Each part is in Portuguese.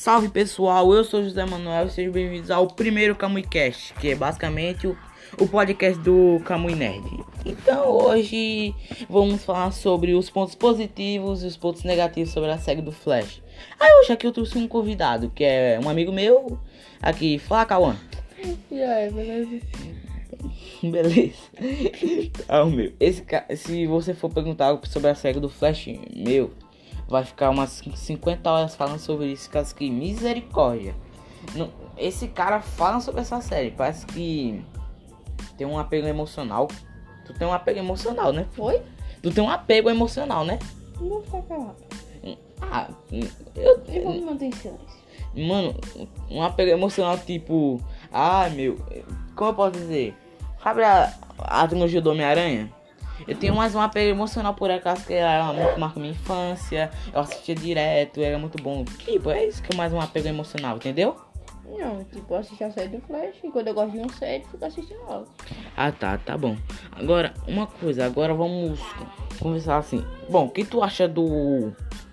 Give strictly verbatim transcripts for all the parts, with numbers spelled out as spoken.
Salve pessoal, eu sou José Manuel e sejam bem-vindos ao primeiro CamuiCast, que é basicamente o, o podcast do Camui Nerd. Então hoje vamos falar sobre os pontos positivos e os pontos negativos sobre a série do Flash. Aí hoje aqui eu trouxe um convidado, que é um amigo meu, aqui, fala Cauã. E aí, beleza? Beleza. Ah, meu, esse, se você for perguntar algo sobre a série do Flash, meu... vai ficar umas cinquenta horas falando sobre isso, caso que misericórdia. Não, esse cara fala sobre essa série, parece que tem um apego emocional. Tu tem um apego emocional, né? Foi? Tu tem um apego emocional, né? Não vou ficar calado. Ah, eu... E vamos manter em silêncio. Mano, um apego emocional tipo... Ah, meu... Como eu posso dizer? Sabe a, a trilogia do Homem-Aranha? Eu tenho mais um apego emocional por acaso, que era muito marcou minha infância. Eu assistia direto, era muito bom. Tipo, é isso que é mais um apego emocional, entendeu? Não, tipo, eu assisti a série do Flash e quando eu gosto de uma série, fico assistindo ela. Ah, tá, tá bom. Agora, uma coisa, agora vamos conversar assim. Bom, o que tu acha do...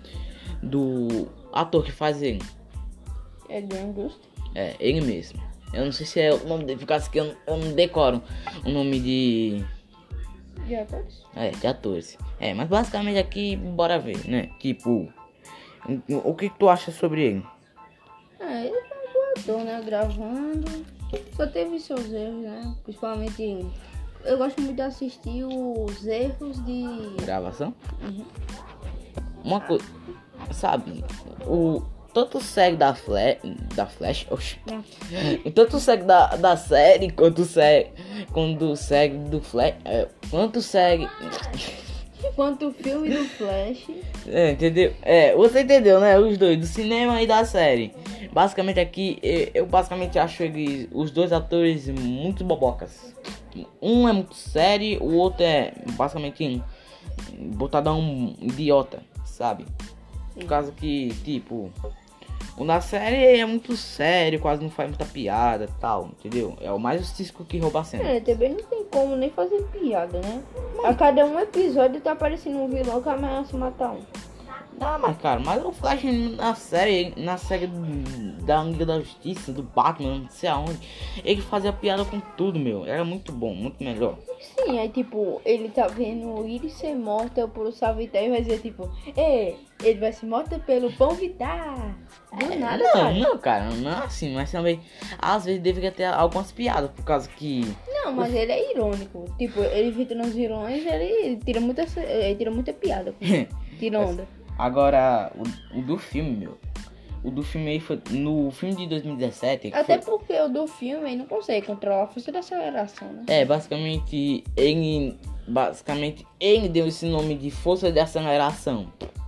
do ator que faz ele? É Graham Gust. É, ele mesmo. Eu não sei se é o nome dele, por causa que eu, não- eu não decoro o nome de... De atores? É, de atores. É, mas basicamente aqui, bora ver, né? Tipo, o, o que tu acha sobre ele? Ah, ele foi um bom ator, né? Gravando. Só teve seus erros, né? Principalmente, eu gosto muito de assistir os erros de... Gravação? Uhum. Uma coisa, sabe, o tanto segue da Flash, da Flash, oxi. Não. Tanto segue da, da série quanto segue, quando segue do Flash, é, quanto segue, Quanto o filme do Flash... é, entendeu? É, você entendeu, né? Os dois, do cinema e da série. Basicamente aqui, eu, eu basicamente acho eles, os dois atores muito bobocas. Um é muito sério, o outro é basicamente botadão um idiota, sabe? Por causa que, tipo, o da série é muito sério, quase não faz muita piada e tal, entendeu? É o mais o Cisco que rouba a cena. É, também não tem como nem fazer piada, né? A cada um episódio tá aparecendo um vilão que ameaça matar um. Não, mas cara, mas o Flash na série, na série da Liga da Justiça, do Batman, não sei aonde, ele fazia piada com tudo, meu. Era muito bom, muito melhor. Sim, aí tipo, ele tá vendo o Iris ser morta por Savitar e vai dizer tipo, é, ele vai ser morta pelo Pão Vittar. Do nada, não, cara. não, cara, não é assim, mas também às vezes deveria ter algumas piadas, por causa que. Não, mas ele é irônico. Tipo, ele evitando os vilões, ele, ele tira muita, ele tira muita piada. Tira onda. Agora, o, o do filme, meu. O do filme aí foi. No filme de dois mil e dezessete. que Até foi- porque o do filme ele não consegue controlar a força da aceleração, né? É, basicamente ele. Basicamente ele deu esse nome de força de aceleração.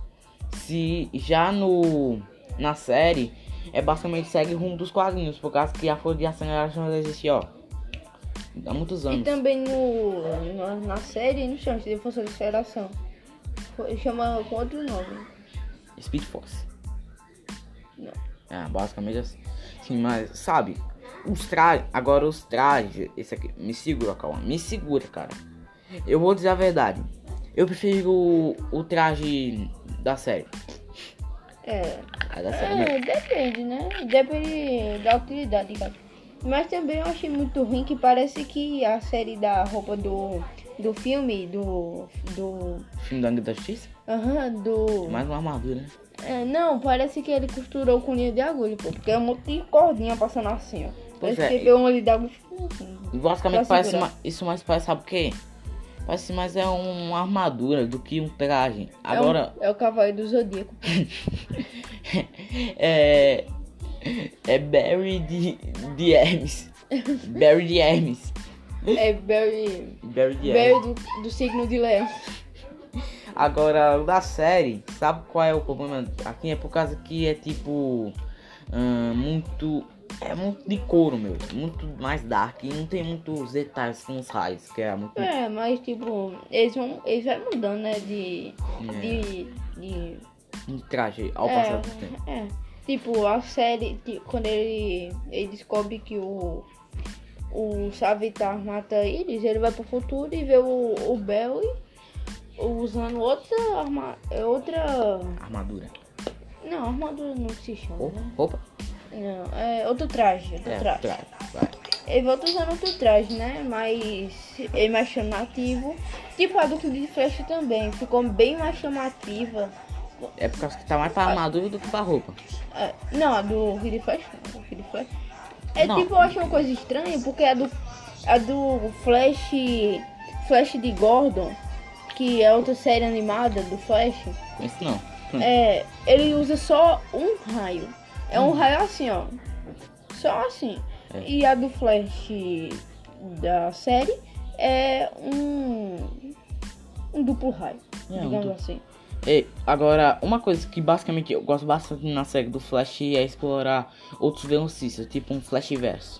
Se já no. Na série. É basicamente segue o rumo dos quadrinhos. Por causa que a força de aceleração já existe, ó. Há muitos E anos. também no, na, na série não chama de força de aceleração. Foi- Chama com outro nome. Speed Force. Não. É, basicamente assim. Sim, mas sabe, os trajes, agora os trajes, esse aqui, me segura, calma, me segura, cara. Eu vou dizer a verdade. Eu prefiro o, o traje da série. É. A da série, né? É, depende, né? Depende da utilidade, cara. Mas também eu achei muito ruim que parece que a série da roupa do, do filme, do. do. Filme da Liga da Justiça. Aham, do. Mais uma armadura, né? É, não, parece que ele costurou com linha de agulha, pô. Porque é um monte de cordinha passando assim, ó. Pois Parece é, que pegou uma linha de agulha e ficou assim. E basicamente Pra parece segurar. uma, isso mais parece, sabe o quê? Parece mais é uma armadura do que um traje. É, Agora, um, é o cavaleiro do Zodíaco. é. É Barry de, de Hermes. Barry de Hermes. É Barry. Barry de Hermes. Barry do, do signo de Leão. Agora, o da série, sabe qual é o problema aqui? É por causa que é tipo. hum, muito. É muito de couro, meu. Muito mais dark. E não tem muitos detalhes com os raios, que é muito. É, mas tipo, eles vão. Eles vão mudando, né? De. É. De. de Um traje ao é, passar do tempo. é. Tipo, a série, ti- quando ele, ele descobre que o. O Savitar mata eles, ele vai pro futuro e vê o, o Barry usando outra arma. Outra. Armadura. Não, armadura não se chama, Opa, né? opa. Não, é outro traje, outro É, traje. traje, vai. Ele volta usando outro traje, né? Mas ele mais chamativo. Tipo a do Kid Flash também. Ficou bem mais chamativa. É por causa que tá mais pra armadura do que pra roupa. É, não, a do Kid Flash. Não, Kid Flash. É Não. tipo, eu acho uma coisa estranha, porque a do, a do Flash. Flash de Gordon, que é outra série animada do Flash. Isso não. Hum. É, ele usa só um raio. É um Hum. raio assim, ó. Só assim. É. E a do Flash da série é um, um duplo raio, É, um digamos duplo. assim. E agora, uma coisa que basicamente eu gosto bastante na série do Flash é explorar outros velocistas, tipo um Flash Verso.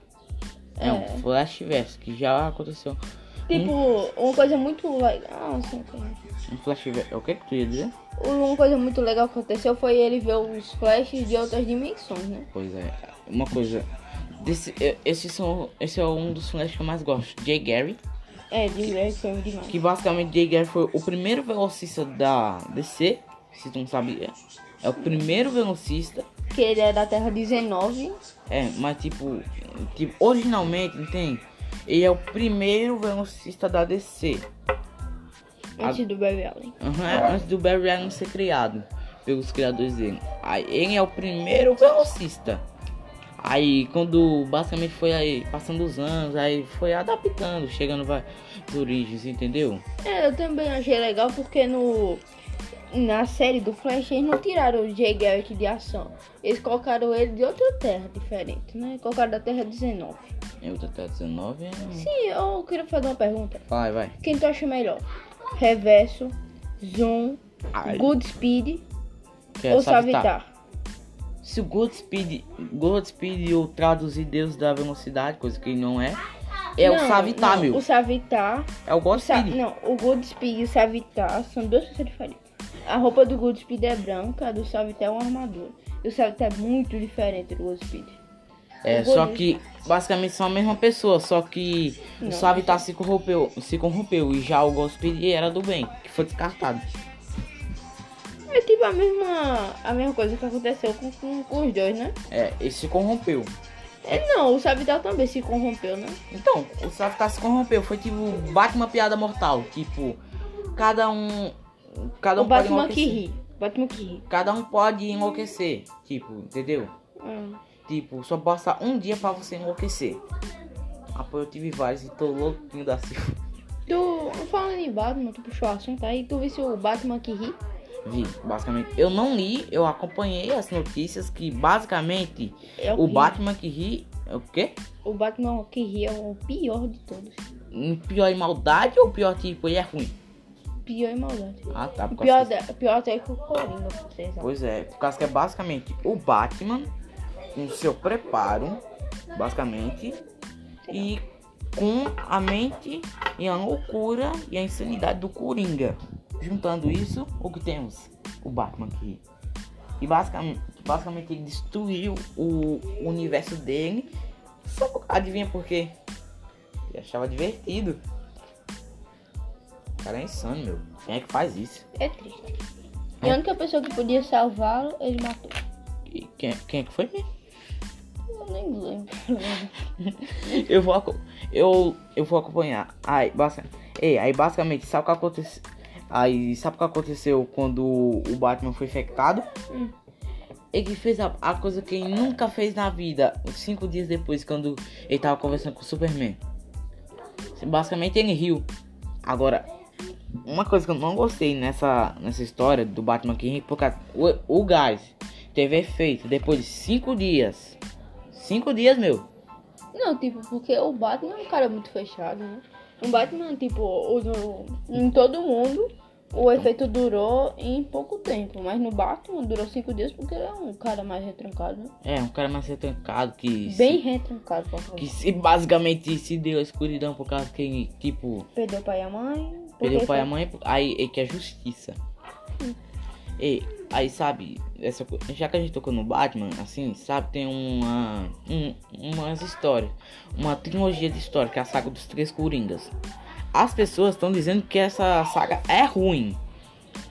É, É. um Flash Verso, que já aconteceu. Tipo, uma coisa muito legal. Assim, Um Flash Verso. O que que tu ia dizer? uma coisa muito legal que aconteceu foi ele ver os flashes de outras dimensões, né? Pois é, uma coisa. Desse, eu- esse, são, esse é um dos Flash que eu mais gosto, Jay Garrick. É, de é, foi demais. Que basicamente Jay Garrick foi o primeiro velocista da D C, se tu não sabia. É o primeiro velocista. Que ele é da Terra dezenove. É, mas tipo, tipo, originalmente, entende? Ele é o primeiro velocista da D C. Antes do Barry Allen. Uhum, antes do Barry Allen ser criado pelos criadores dele. Aí ele é o primeiro velocista. Aí quando basicamente foi aí passando os anos, aí foi adaptando, chegando vai origens, entendeu? É, eu também achei legal porque no na série do Flash eles não tiraram o Jay Garrick de ação. Eles colocaram ele de outra terra diferente, né? Colocaram da Terra dezenove. Eu tô até dezenove. É... Sim, eu queria fazer uma pergunta. Vai, vai. Quem tu acha melhor? Reverso, Zoom, Ai, Goodspeed quero ou Savitar. Savitar? Se o Goodspeed, Goodspeed eu traduzir Deus da velocidade, coisa que ele não é, é o Não, Savitar, não, meu. O Savitar. É o o Sa- Goodspeed. não, o Goodspeed e o Savitar são duas coisas diferentes. A roupa do Goodspeed é branca, a do Savitar é uma armadura. E o Savitar é muito diferente do Goodspeed. É, o só Good- que basicamente são a mesma pessoa, só que Não, o Savitar se corrompeu, se corrompeu e já o Goodspeed era do bem, que foi descartado. É tipo a mesma, a mesma coisa que aconteceu com, com, com os dois, né? É, ele se corrompeu. É, não, o Savitar também se corrompeu, né? Então, o Savitar se corrompeu, foi tipo Batman piada mortal, tipo, cada um cada um o pode Batman que enlouquecer. ri. Batman que ri. Cada um pode enlouquecer, tipo, entendeu? Hum. Tipo, só basta um dia pra você enlouquecer. Ah, pô, eu tive vários e tô louquinho da Silva. Tu, falando em Batman, tu puxou o assunto aí, tu visse o Batman que ri? Vi, basicamente. Eu não li, eu acompanhei as notícias que basicamente É o horrível. Batman que ri. É o quê? O Batman que ri é o pior de todos. Um pior em maldade ou pior tipo, ele é ruim? Pior em maldade. Ah, tá. O Por pior, causa que... da- pior até que o Coringa, pra vocês. ó. Pois é, por causa que é basicamente o Batman com seu preparo, basicamente, e com a mente e a loucura e a insanidade do Coringa. Juntando isso, o que temos? O Batman que e basicamente, basicamente ele destruiu o universo dele. Só por- adivinha por quê? Ele achava divertido. O cara é insano, meu. Quem é que faz isso? É triste. E a única pessoa que podia salvá-lo, ele matou. E quem, quem é que foi mesmo? Eu nem lembro. eu vou aco- eu eu vou acompanhar. Aí, basic, ei, aí basicamente sabe o que aconteceu? Aí sabe o que aconteceu quando o Batman foi infectado? Hum. Ele fez a, a coisa que ele nunca fez na vida. Cinco dias depois, quando ele tava conversando com o Superman. Basicamente ele riu. Agora, uma coisa que eu não gostei nessa, nessa história do Batman que ri, porque o, o gás teve efeito depois de cinco dias. Cinco dias, meu. Não, tipo, porque o Batman é um cara muito fechado, né? O Batman, tipo, o, no- em todo mundo, o efeito durou em pouco tempo. Mas no Batman durou cinco dias porque ele é um cara mais retrancado, né? É, um cara mais retrancado que... Bem se, retrancado, pra falar. que se basicamente se deu a escuridão por causa que ele, tipo... Perdeu o pai e a mãe. Perdeu porque o pai e a foi- mãe, aí ele quer justiça. E aí, sabe, essa, co- já que a gente tocou no Batman, assim, sabe, tem uma, um, umas histórias, uma trilogia de história, que é a saga dos Três Coringas. As pessoas estão dizendo que essa saga é ruim.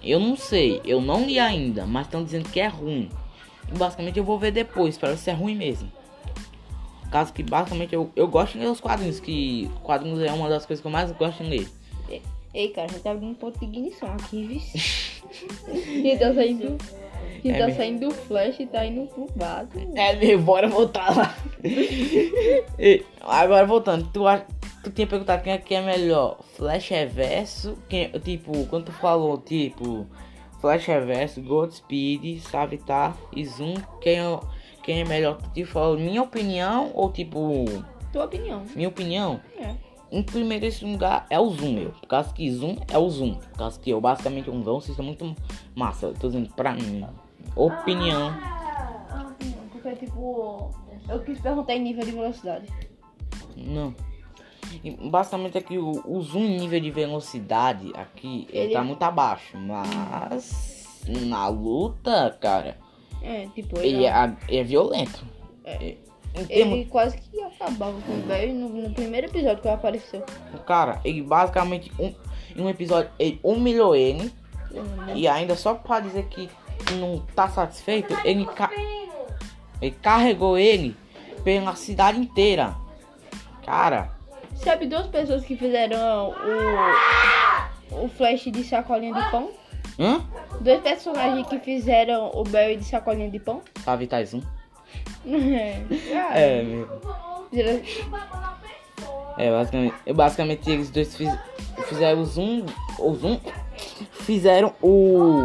Eu não sei, eu não li ainda, mas estão dizendo que é ruim. E basicamente eu vou ver depois, para ver se é ruim mesmo. Caso que basicamente eu, eu gosto de ler os quadrinhos, que quadrinhos é uma das coisas que eu mais gosto de ler. Ei, cara, a gente tá abrindo um ponto de ignição aqui, viu? A gente tá saindo, a gente É tá mesmo. saindo do Flash e tá indo pro base. É mesmo, bora voltar lá. E, agora voltando, tu, acha- tu tinha perguntado quem é que é melhor, Flash Reverso, quem, tipo, quando tu falou, tipo, Flash Reverso, Godspeed, Savitar e Zoom, quem é, quem é melhor? Tu falou minha opinião ou tipo, Tua opinião. minha opinião? É. Em primeiro lugar é o Zoom, meu. Por causa que Zoom é o Zoom. Por causa que eu basicamente um Zoom sistema muito massa. Eu tô dizendo pra mim. Opinião. Ah, ah, opinião. Porque, tipo, eu quis perguntar em nível de velocidade. Não. E, basicamente aqui o, o Zoom em nível de velocidade aqui ele, Ele- tá muito abaixo. Mas na luta, cara, É, tipo, ele ele, é, a- é violento. É, em termos- ele quase que acabava com o velho no, no primeiro episódio que ele apareceu. Cara, ele basicamente um, em um episódio ele humilhou ele. E ainda só pra dizer que não tá satisfeito, ele, ca- ele carregou ele pela cidade inteira. Cara, Sabe duas pessoas que fizeram o, o Flash de sacolinha de pão? hã? Dois personagens que fizeram o Barry de sacolinha de pão? Sabe, Tais um? Ah, É, meu. fizeram- É, basicamente, basicamente eles dois fiz, fizeram o Zoom. O Zoom. Fizeram o.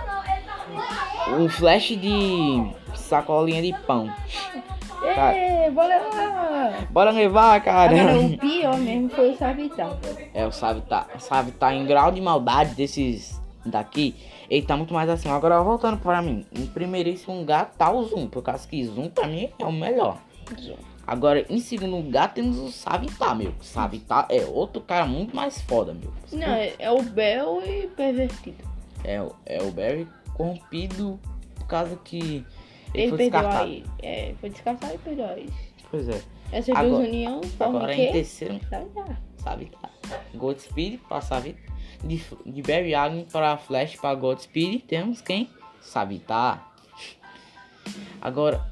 O Flash de sacolinha de pão. Ê, bora lá! Bora levar, cara. Agora, o pior mesmo foi o Savitar. É, o Sabe tá, sabe tá em grau de maldade desses daqui. Ele tá muito mais assim. Agora voltando para mim. Em primeiríssimo lugar tá o Zoom. Por causa que Zoom pra mim é o melhor. Agora em segundo lugar temos o Savitar, meu. Savitar é outro cara muito mais foda, meu. Não, é, é o Bel e pervertido. É, o- é o Barry corrompido por causa que ele, Ele foi perdeu descartado. aí. É, foi descartado e perdeu aí. Pois é. Essas Agora- duas uniões formam Agora o em quê? terceiro, Savitar. Savitar. Godspeed para Savitar. De, de Barry Allen para Flash para Godspeed. Temos quem? Savitar. Agora.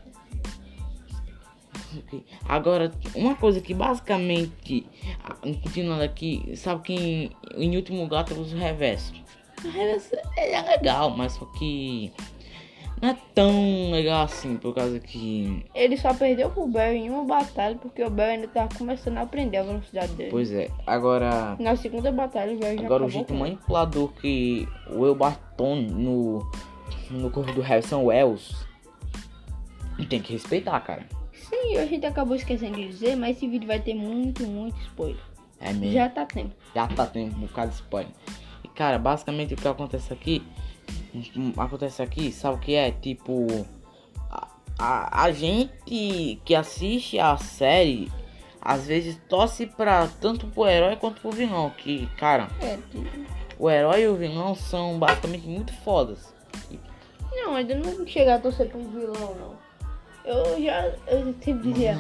Agora, uma coisa que basicamente, ah, continuando aqui, sabe que em último lugar temos o Reverso. O Reverso ele é legal, mas só que não é tão legal assim, por causa que, Ele só perdeu pro Bel em uma batalha porque o Bel ainda tava começando a aprender a velocidade dele. pois é, agora, Na segunda batalha o Bel já agora o acabou jeito com ele. manipulador que o El Barton no, no corpo do Harrison Wells, tem que respeitar, cara. Sim, a gente acabou esquecendo de dizer, mas esse vídeo vai ter muito, muito spoiler. É mesmo. Já tá tendo. Já tá tendo um bocado de spoiler. E cara, basicamente o que acontece aqui. hum, Acontece aqui, sabe o que é? Tipo. A, a, a gente que assiste a série. Às vezes torce pra tanto pro herói quanto pro vilão. Que, cara, É, tu- o herói e o vilão são basicamente muito fodas. não, ainda não chegar a torcer pro vilão, não. Eu já, eu sempre dizia,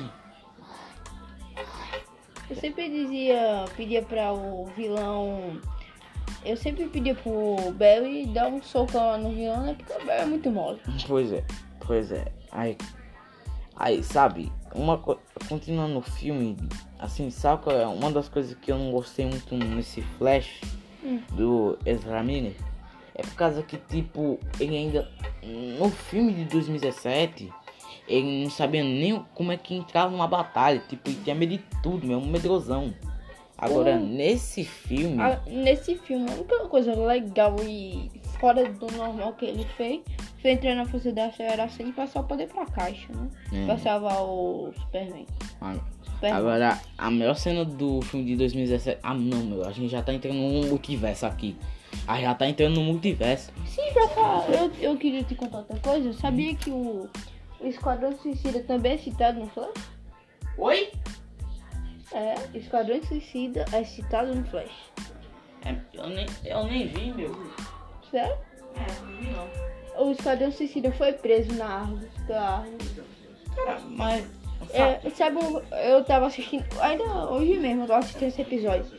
eu sempre dizia, pedia pra o vilão, eu sempre pedia pro Barry dar um socão lá no vilão, né, porque o Barry é muito mole. Pois é, pois é. Aí, aí sabe, uma co- continuando no filme, assim, sabe qual é uma das coisas que eu não gostei muito nesse Flash Hum. do Ezra Miller? É por causa que, tipo, ele ainda, no filme de dois mil e dezessete, ele não sabia nem como é que entrava numa batalha, tipo, ele tinha medo de tudo, mesmo, um medrosão. Agora, Hum. nesse filme, A- nesse filme, a única coisa legal e fora do normal que ele fez, foi entrar na Força da Aceleração e passar o poder pra caixa, né, É. pra salvar o Superman. a- Superman. agora, a melhor cena do filme de dois mil e dezessete, ah não, meu, a gente já tá entrando no multiverso aqui. Ah, já tá entrando no multiverso. Sim, pra falar, eu, eu queria te contar outra coisa. Sabia que o, o Esquadrão Suicida também é citado no Flash? Oi? É, Esquadrão Suicida é citado no Flash. É, eu, nem, eu nem vi, meu. Sério? É, não vi não. O Esquadrão Suicida foi preso na árvore. Da árvore. Cara, mas. É, sabe, um- eu tava assistindo, ainda hoje mesmo, eu tava assistindo esse episódio.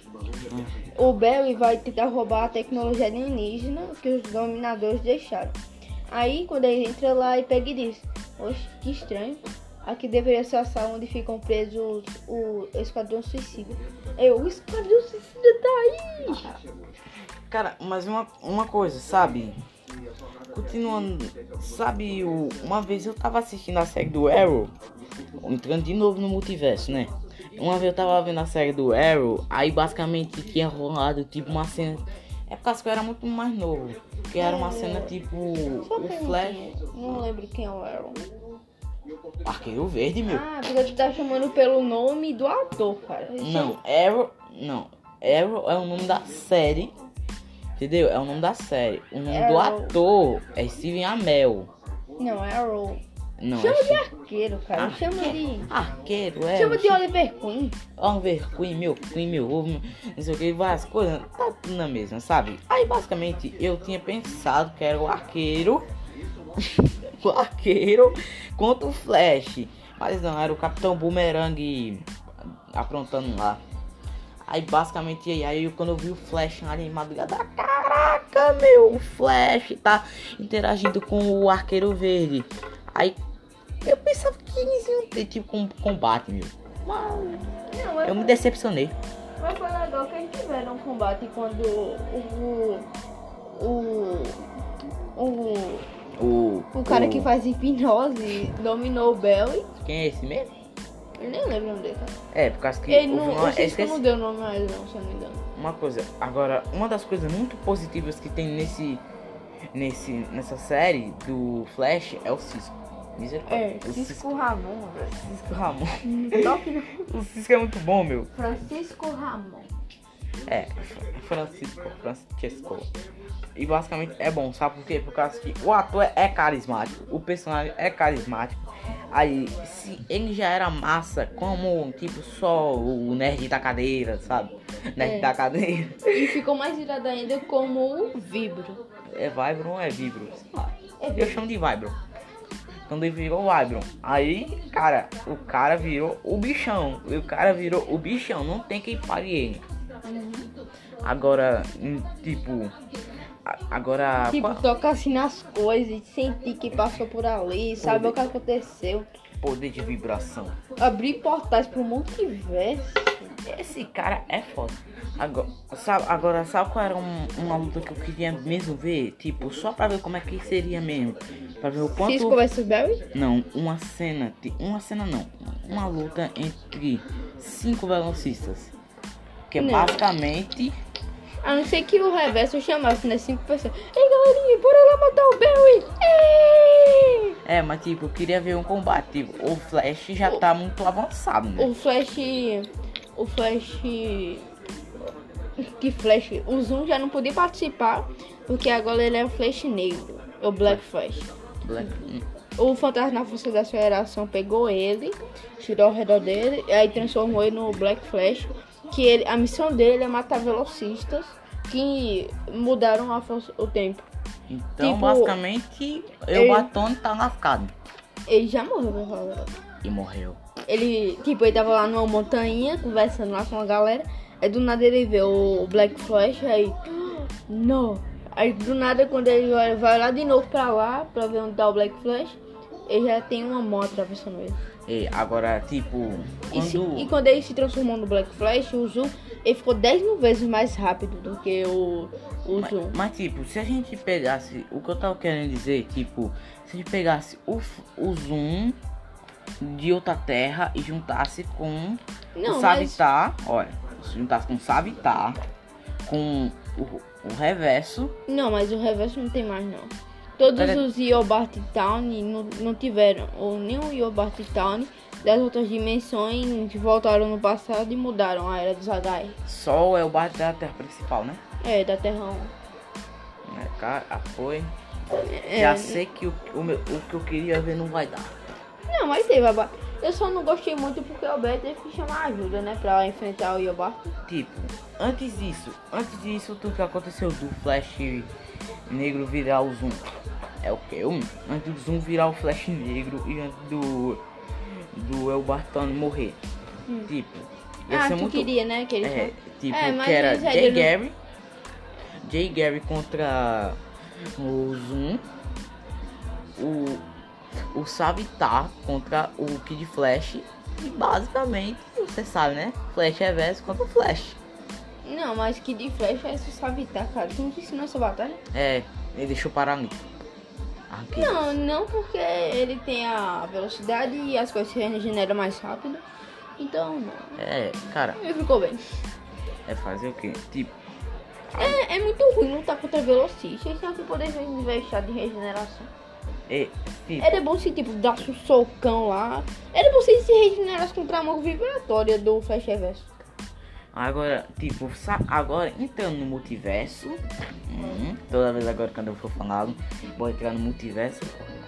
o Barry vai tentar roubar a tecnologia alienígena que os dominadores deixaram. Aí, quando ele entra lá e pega e diz: oxe, que estranho. Aqui deveria ser a sala onde ficam presos o Esquadrão Suicida. Eu, o Esquadrão Suicida tá aí! Cara, mas uma, uma coisa, sabe? Continuando, sabe, o, uma vez eu tava assistindo a série do Arrow, entrando de novo no multiverso, né? Uma vez eu tava vendo a série do Arrow, aí basicamente tinha rolado tipo uma cena. É por causa que eu era muito mais novo. Que era uma cena tipo o Flash. Não lembro quem é o Arrow. Arqueiro Verde, meu. Ah, porque tu tá chamando pelo nome do ator, cara. Não, Arrow. Não. Arrow é o nome da série. Entendeu? É o nome da série. O nome Arrow. do ator é Steven Amell. Não, é Arrow. Não, Chama é de arqueiro, cara. Ah, Chama de. Arqueiro, é. Chama de Oliver Queen. Oliver Queen, meu Queen, meu ovo, meu- não sei o que, várias coisas, tá tudo na mesma, sabe? Aí basicamente eu tinha pensado que era o arqueiro, o arqueiro contra o Flash, mas não, era o Capitão Boomerang aprontando lá. Aí basicamente, aí, aí quando eu vi o Flash ali em madrugada, caraca, meu, o Flash tá interagindo com o Arqueiro Verde. Aí eu pensava que eles iam ter tipo um combate, meu. Mas Não, mas eu me foi- decepcionei. Mas foi legal que eles tiveram um combate quando o. O. O. O, O cara que faz hipnose dominou o Barry. Quem é esse mesmo? Eu nem lembro o nome dele, cara. É, por causa que Ele o não. vilão- Eu sei é, que eu não esqueci- deu o nome a ele, não, se eu não me engano. Uma coisa, agora, uma das coisas muito positivas que tem nesse, nesse, nessa série do Flash é o Cisco. Misericórdia. É, o Cisco Ramon, velho. Cisco Ramon. Toque no- O Cisco é muito bom, meu. Francisco Ramon. É, Francisco, Francisco. E basicamente é bom, sabe por quê? Por causa que o ator é carismático, o personagem é carismático. Aí, se ele já era massa, como tipo só o nerd da cadeira, sabe? Nerd É. da cadeira. E ficou mais virado ainda como o Vibro. É Vibron ou é Vibro? Sei lá. É Eu Vibro. chamo de Vibron. Quando ele virou Vibron. Aí, cara, o cara virou o bichão. E o cara virou o bichão. Não tem quem pague ele. Agora, hum, tipo. a- Agora. Tipo, qual- tocar assim nas coisas e sentir que passou por ali, saber o que aconteceu. Poder de vibração. Abrir portais pro multiverso. Esse cara é foda. Agora, sabe, agora, sabe qual era um- uma luta que eu queria mesmo ver? Tipo, só pra ver como é que seria mesmo. Pra ver o quanto. Cisco versus Barry? Não, uma cena. de- Uma cena não. Uma luta entre cinco velocistas. Que é Não. basicamente. A não ser que o reverso chamasse, né? Cinco pessoas. Ei, galerinha, bora lá matar o Barry! Ei! É, mas tipo, eu queria ver um combate. Tipo, o Flash já tá muito avançado, né? O Flash. O Flash. Que Flash? O Zoom já não podia participar, porque agora ele é o Flash negro. É o Black Flash. Black- O Fantasma na Força da Aceleração pegou ele, tirou ao redor dele, e aí transformou ele no Black Flash. Que ele, a missão dele é matar velocistas que mudaram a força, o tempo. Então, Tipo, basicamente, ele- o Batone tá lascado. Ele já morreu, pra falar a verdade. E morreu. Ele, tipo, ele tava lá numa montanha, conversando lá com a galera. Aí do nada ele vê o Black Flash, aí... Não! Aí do nada, quando ele vai, vai lá de novo pra lá, pra ver onde tá o Black Flash, ele já tem uma moto atravessando ele. E agora, tipo, E, se- quando. e quando ele se transformou no Black Flash, o Zoom, ele ficou dez mil vezes mais rápido do que o, o Mas, Zoom. mas, tipo, se a gente pegasse. O que eu tava querendo dizer, tipo, se a gente pegasse o, f- o Zoom de outra terra e juntasse com Não, o mas- Savitar, olha, se juntasse com o Savitar, com o, o reverso. Não, mas o reverso não tem mais, não. Todos Pera- os Yobart Town não, não tiveram, ou nenhum Yobart Town das outras dimensões voltaram no passado e mudaram a era dos H R. Sol é o bar da terra principal, né? É, da Terra um. É, cara, foi. É, Já sei que o, o, meu, o que eu queria ver não vai dar. Não, mas teve a ba- Eu só não gostei muito porque o Beto teve que chamar ajuda, né? Pra enfrentar o Yobart. Tipo, antes disso, antes disso, tudo que aconteceu do Flash Negro virar o Zoom. É o que? Antes do Zoom virar o Flash Negro e antes do do El Bartone morrer. Tipo, Ia ah, ser tu muito. queria, né? Que eles É, tipo, É, mas que era eles Jay ainda não- Gary. Jay Gary contra o Zoom. O. O Savitar contra o Kid Flash. E basicamente, você sabe, né? Flash Reverso contra o Flash. Não, mas que de flecha é só sabitar, cara. Tu não te ensinou essa batalha? É, ele deixou paralítico. Aqui. Não, não porque ele tem a velocidade e as coisas se regeneram mais rápido. Então, não. É, cara, Ele ficou bem. é fazer o quê? Tipo, É, é muito ruim lutar contra velocistas. Eles têm que poder investir de regeneração. é, tipo, Era bom se, tipo, desse um socão lá. Era bom se ele se regenerasse contra a mão vibratória do Flash Reverso. agora, tipo, sa- agora entrando no multiverso. Hum, toda vez agora quando eu for falar, vou entrar no multiverso.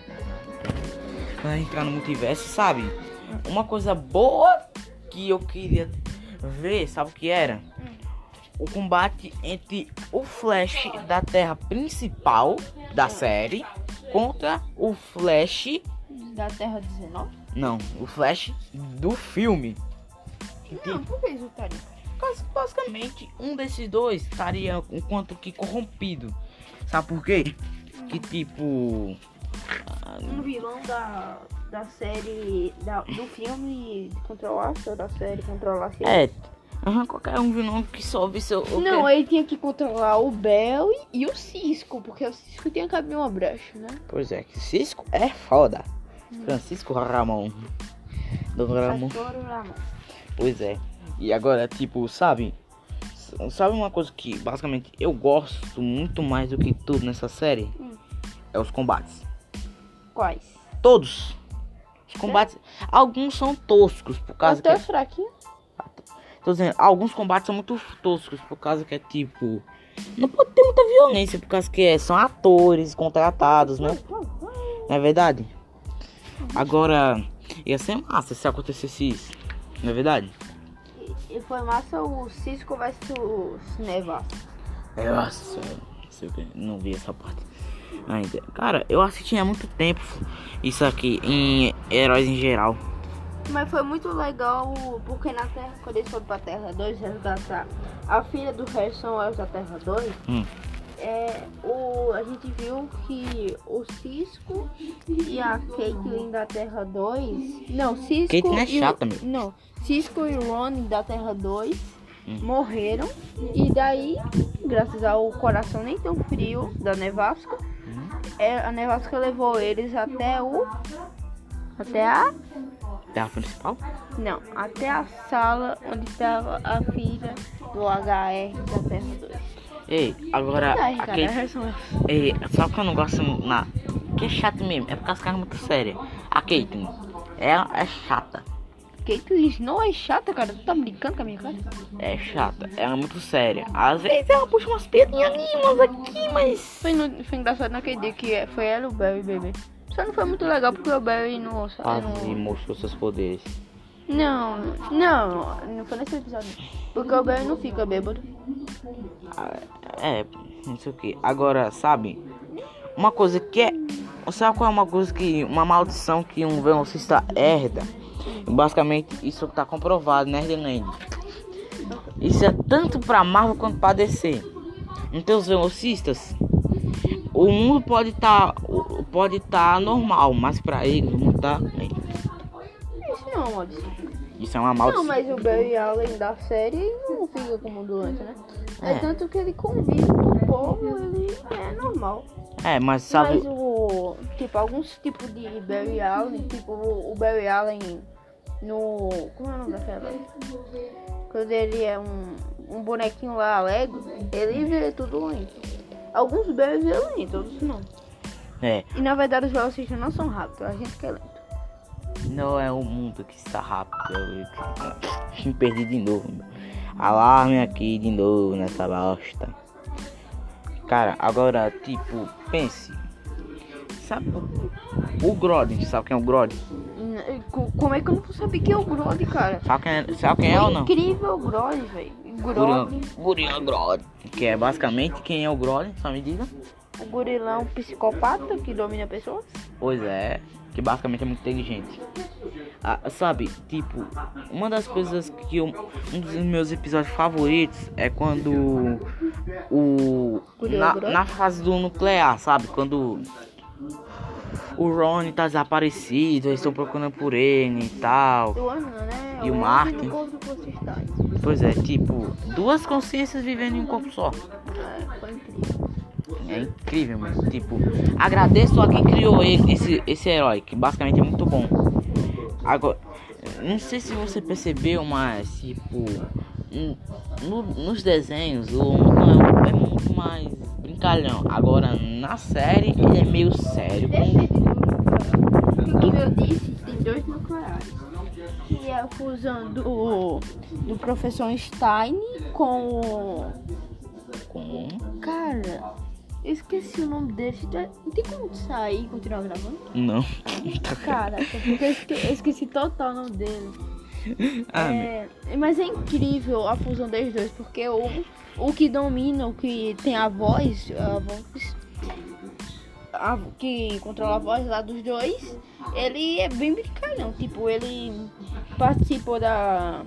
Vai entrar no multiverso, sabe? Uma coisa boa que eu queria ver, sabe o que era? O combate entre o Flash da Terra principal da série contra o Flash. Da Terra dezenove? Não, o Flash do filme. Que Não, tipo, por que isso estaria? bas- basicamente um desses dois estaria um quanto que corrompido. Sabe por quê? Que tipo. ah, Um vilão da, da série, da, do filme controlasse, ou da série controlasse ele. É. Aham, qualquer um vilão que sobe seu. o Não, quê? ele tinha que controlar o Bell e, e o Cisco, porque o Cisco tinha que abrir uma brecha, né? Pois é, que Cisco é foda. Francisco Ramon. Do Ramon. Satoru Ramon. Pois é. E agora, tipo, sabe? S- Sabe uma coisa que basicamente eu gosto muito mais do que tudo nessa série? Hum. É os combates. Quais? Todos. Os combates. Alguns são toscos, por causa que. Até os fraquinhos. Tô dizendo, alguns combates são muito toscos, por causa que é tipo. Não pode ter muita violência, por causa que é, são atores contratados, né? Não é verdade? Agora, ia ser massa se acontecesse isso. Não é verdade? E foi massa o Cisco versus Nevas. Nossa, não sei o que, não vi essa parte ainda. Cara, eu assisti há muito tempo isso aqui em Heróis em Geral. Mas foi muito legal, porque na Terra, quando eles foram pra Terra dois resgatar a filha do Harrison Wells da Terra dois, Hum. é, o, a gente viu que o Cisco e a Caitlyn da Terra dois. Não, Cisco. Caitlyn é e o- chata, meu. Não, Cisco e Ron da Terra dois Hum. morreram. E daí, graças ao coração nem tão frio da Nevasca, Hum. é, a Nevasca levou eles até o. Até a. Terra principal? Não, até a sala onde estava a filha do H R da Terra dois. Ei, agora. Ai, a cara, Kate- Harrison Wells. Ei, sabe o que eu não gosto na. Que é chato mesmo, é porque as caras muito sérias. A Caitlyn, ela é chata. Caitlyn Snow é chata, cara. Tu tá brincando com a minha cara? É chata, ela é muito séria. Às vezes ela puxa umas piadinhas ali, umas aqui, mas. Foi, no, foi engraçado naquele dia que foi ela e o Barry bebê. Só não foi muito legal porque o Barry não. Quase não... mostrou seus poderes. Não, não, não foi nesse episódio. Porque o Barry não fica bêbado. Ah, É, não sei o que. Agora, sabe? Uma coisa que é. Sabe qual é uma coisa que. Uma maldição que um velocista herda? Basicamente, isso tá comprovado, né, Nerdland? Isso é tanto pra Marvel quanto pra D C. Então, os velocistas. O mundo pode estar. pode estar normal, mas pra eles o mundo tá. Isso não é uma maldição. Isso é uma Não, maldição. mas o Barry Allen da série ele não fica como doente, né? É. É. Tanto que ele convive com o povo, ele é normal. É, mas sabe. Mas o. Tipo, alguns tipos de Barry Allen, tipo o, o Barry Allen no. Como é o nome daquela? Quando ele é um, um bonequinho lá Lego, ele vê tudo lento. Alguns Barrys é lento, outros não. É. E na verdade os velocistas não são rápidos, a gente que é lento. Não é o mundo que está rápido. Eu me perdi de novo. Meu. Alarme aqui de novo nessa bosta. Cara, agora, tipo, pense. Sabe o Grodd? Sabe quem é o Grodd? N- co- Como é que eu não vou saber quem é o Grodd, cara? Sabe quem é, sabe quem é ou não? Incrível o Grodd, velho. Grodd, Gurion Grodd. Que é basicamente quem é o Grodd, só me diga. o gorilão psicopata que domina pessoas. Pois é. que basicamente é muito inteligente. Ah, sabe, tipo, uma das coisas que eu, um dos meus episódios favoritos é quando o na, na fase do nuclear, sabe, quando o Ron tá desaparecido, eles estão procurando por ele e tal. Né? E o Martin. Pois é, tipo, duas consciências vivendo em um corpo só. É, foi incrível. É incrível, mas tipo, agradeço a quem criou ele, esse, esse herói, que basicamente é muito bom. Agora, não sei se você percebeu, mas tipo, no, nos desenhos o Noel é muito mais brincalhão. Agora na série ele é meio sério. Como eu disse, tem dois nucleares. Que é a fusão do, do professor Stein com com cara. Eu esqueci o nome dele. Não tem como sair e continuar gravando? Não. Caraca, porque eu esqueci, eu esqueci total o nome dele. Ah, é, mas é incrível a fusão dos dois, porque o, o que domina, o que tem a voz, a voz a, que controla a voz lá dos dois, ele é bem brincalhão. Tipo, ele participou da...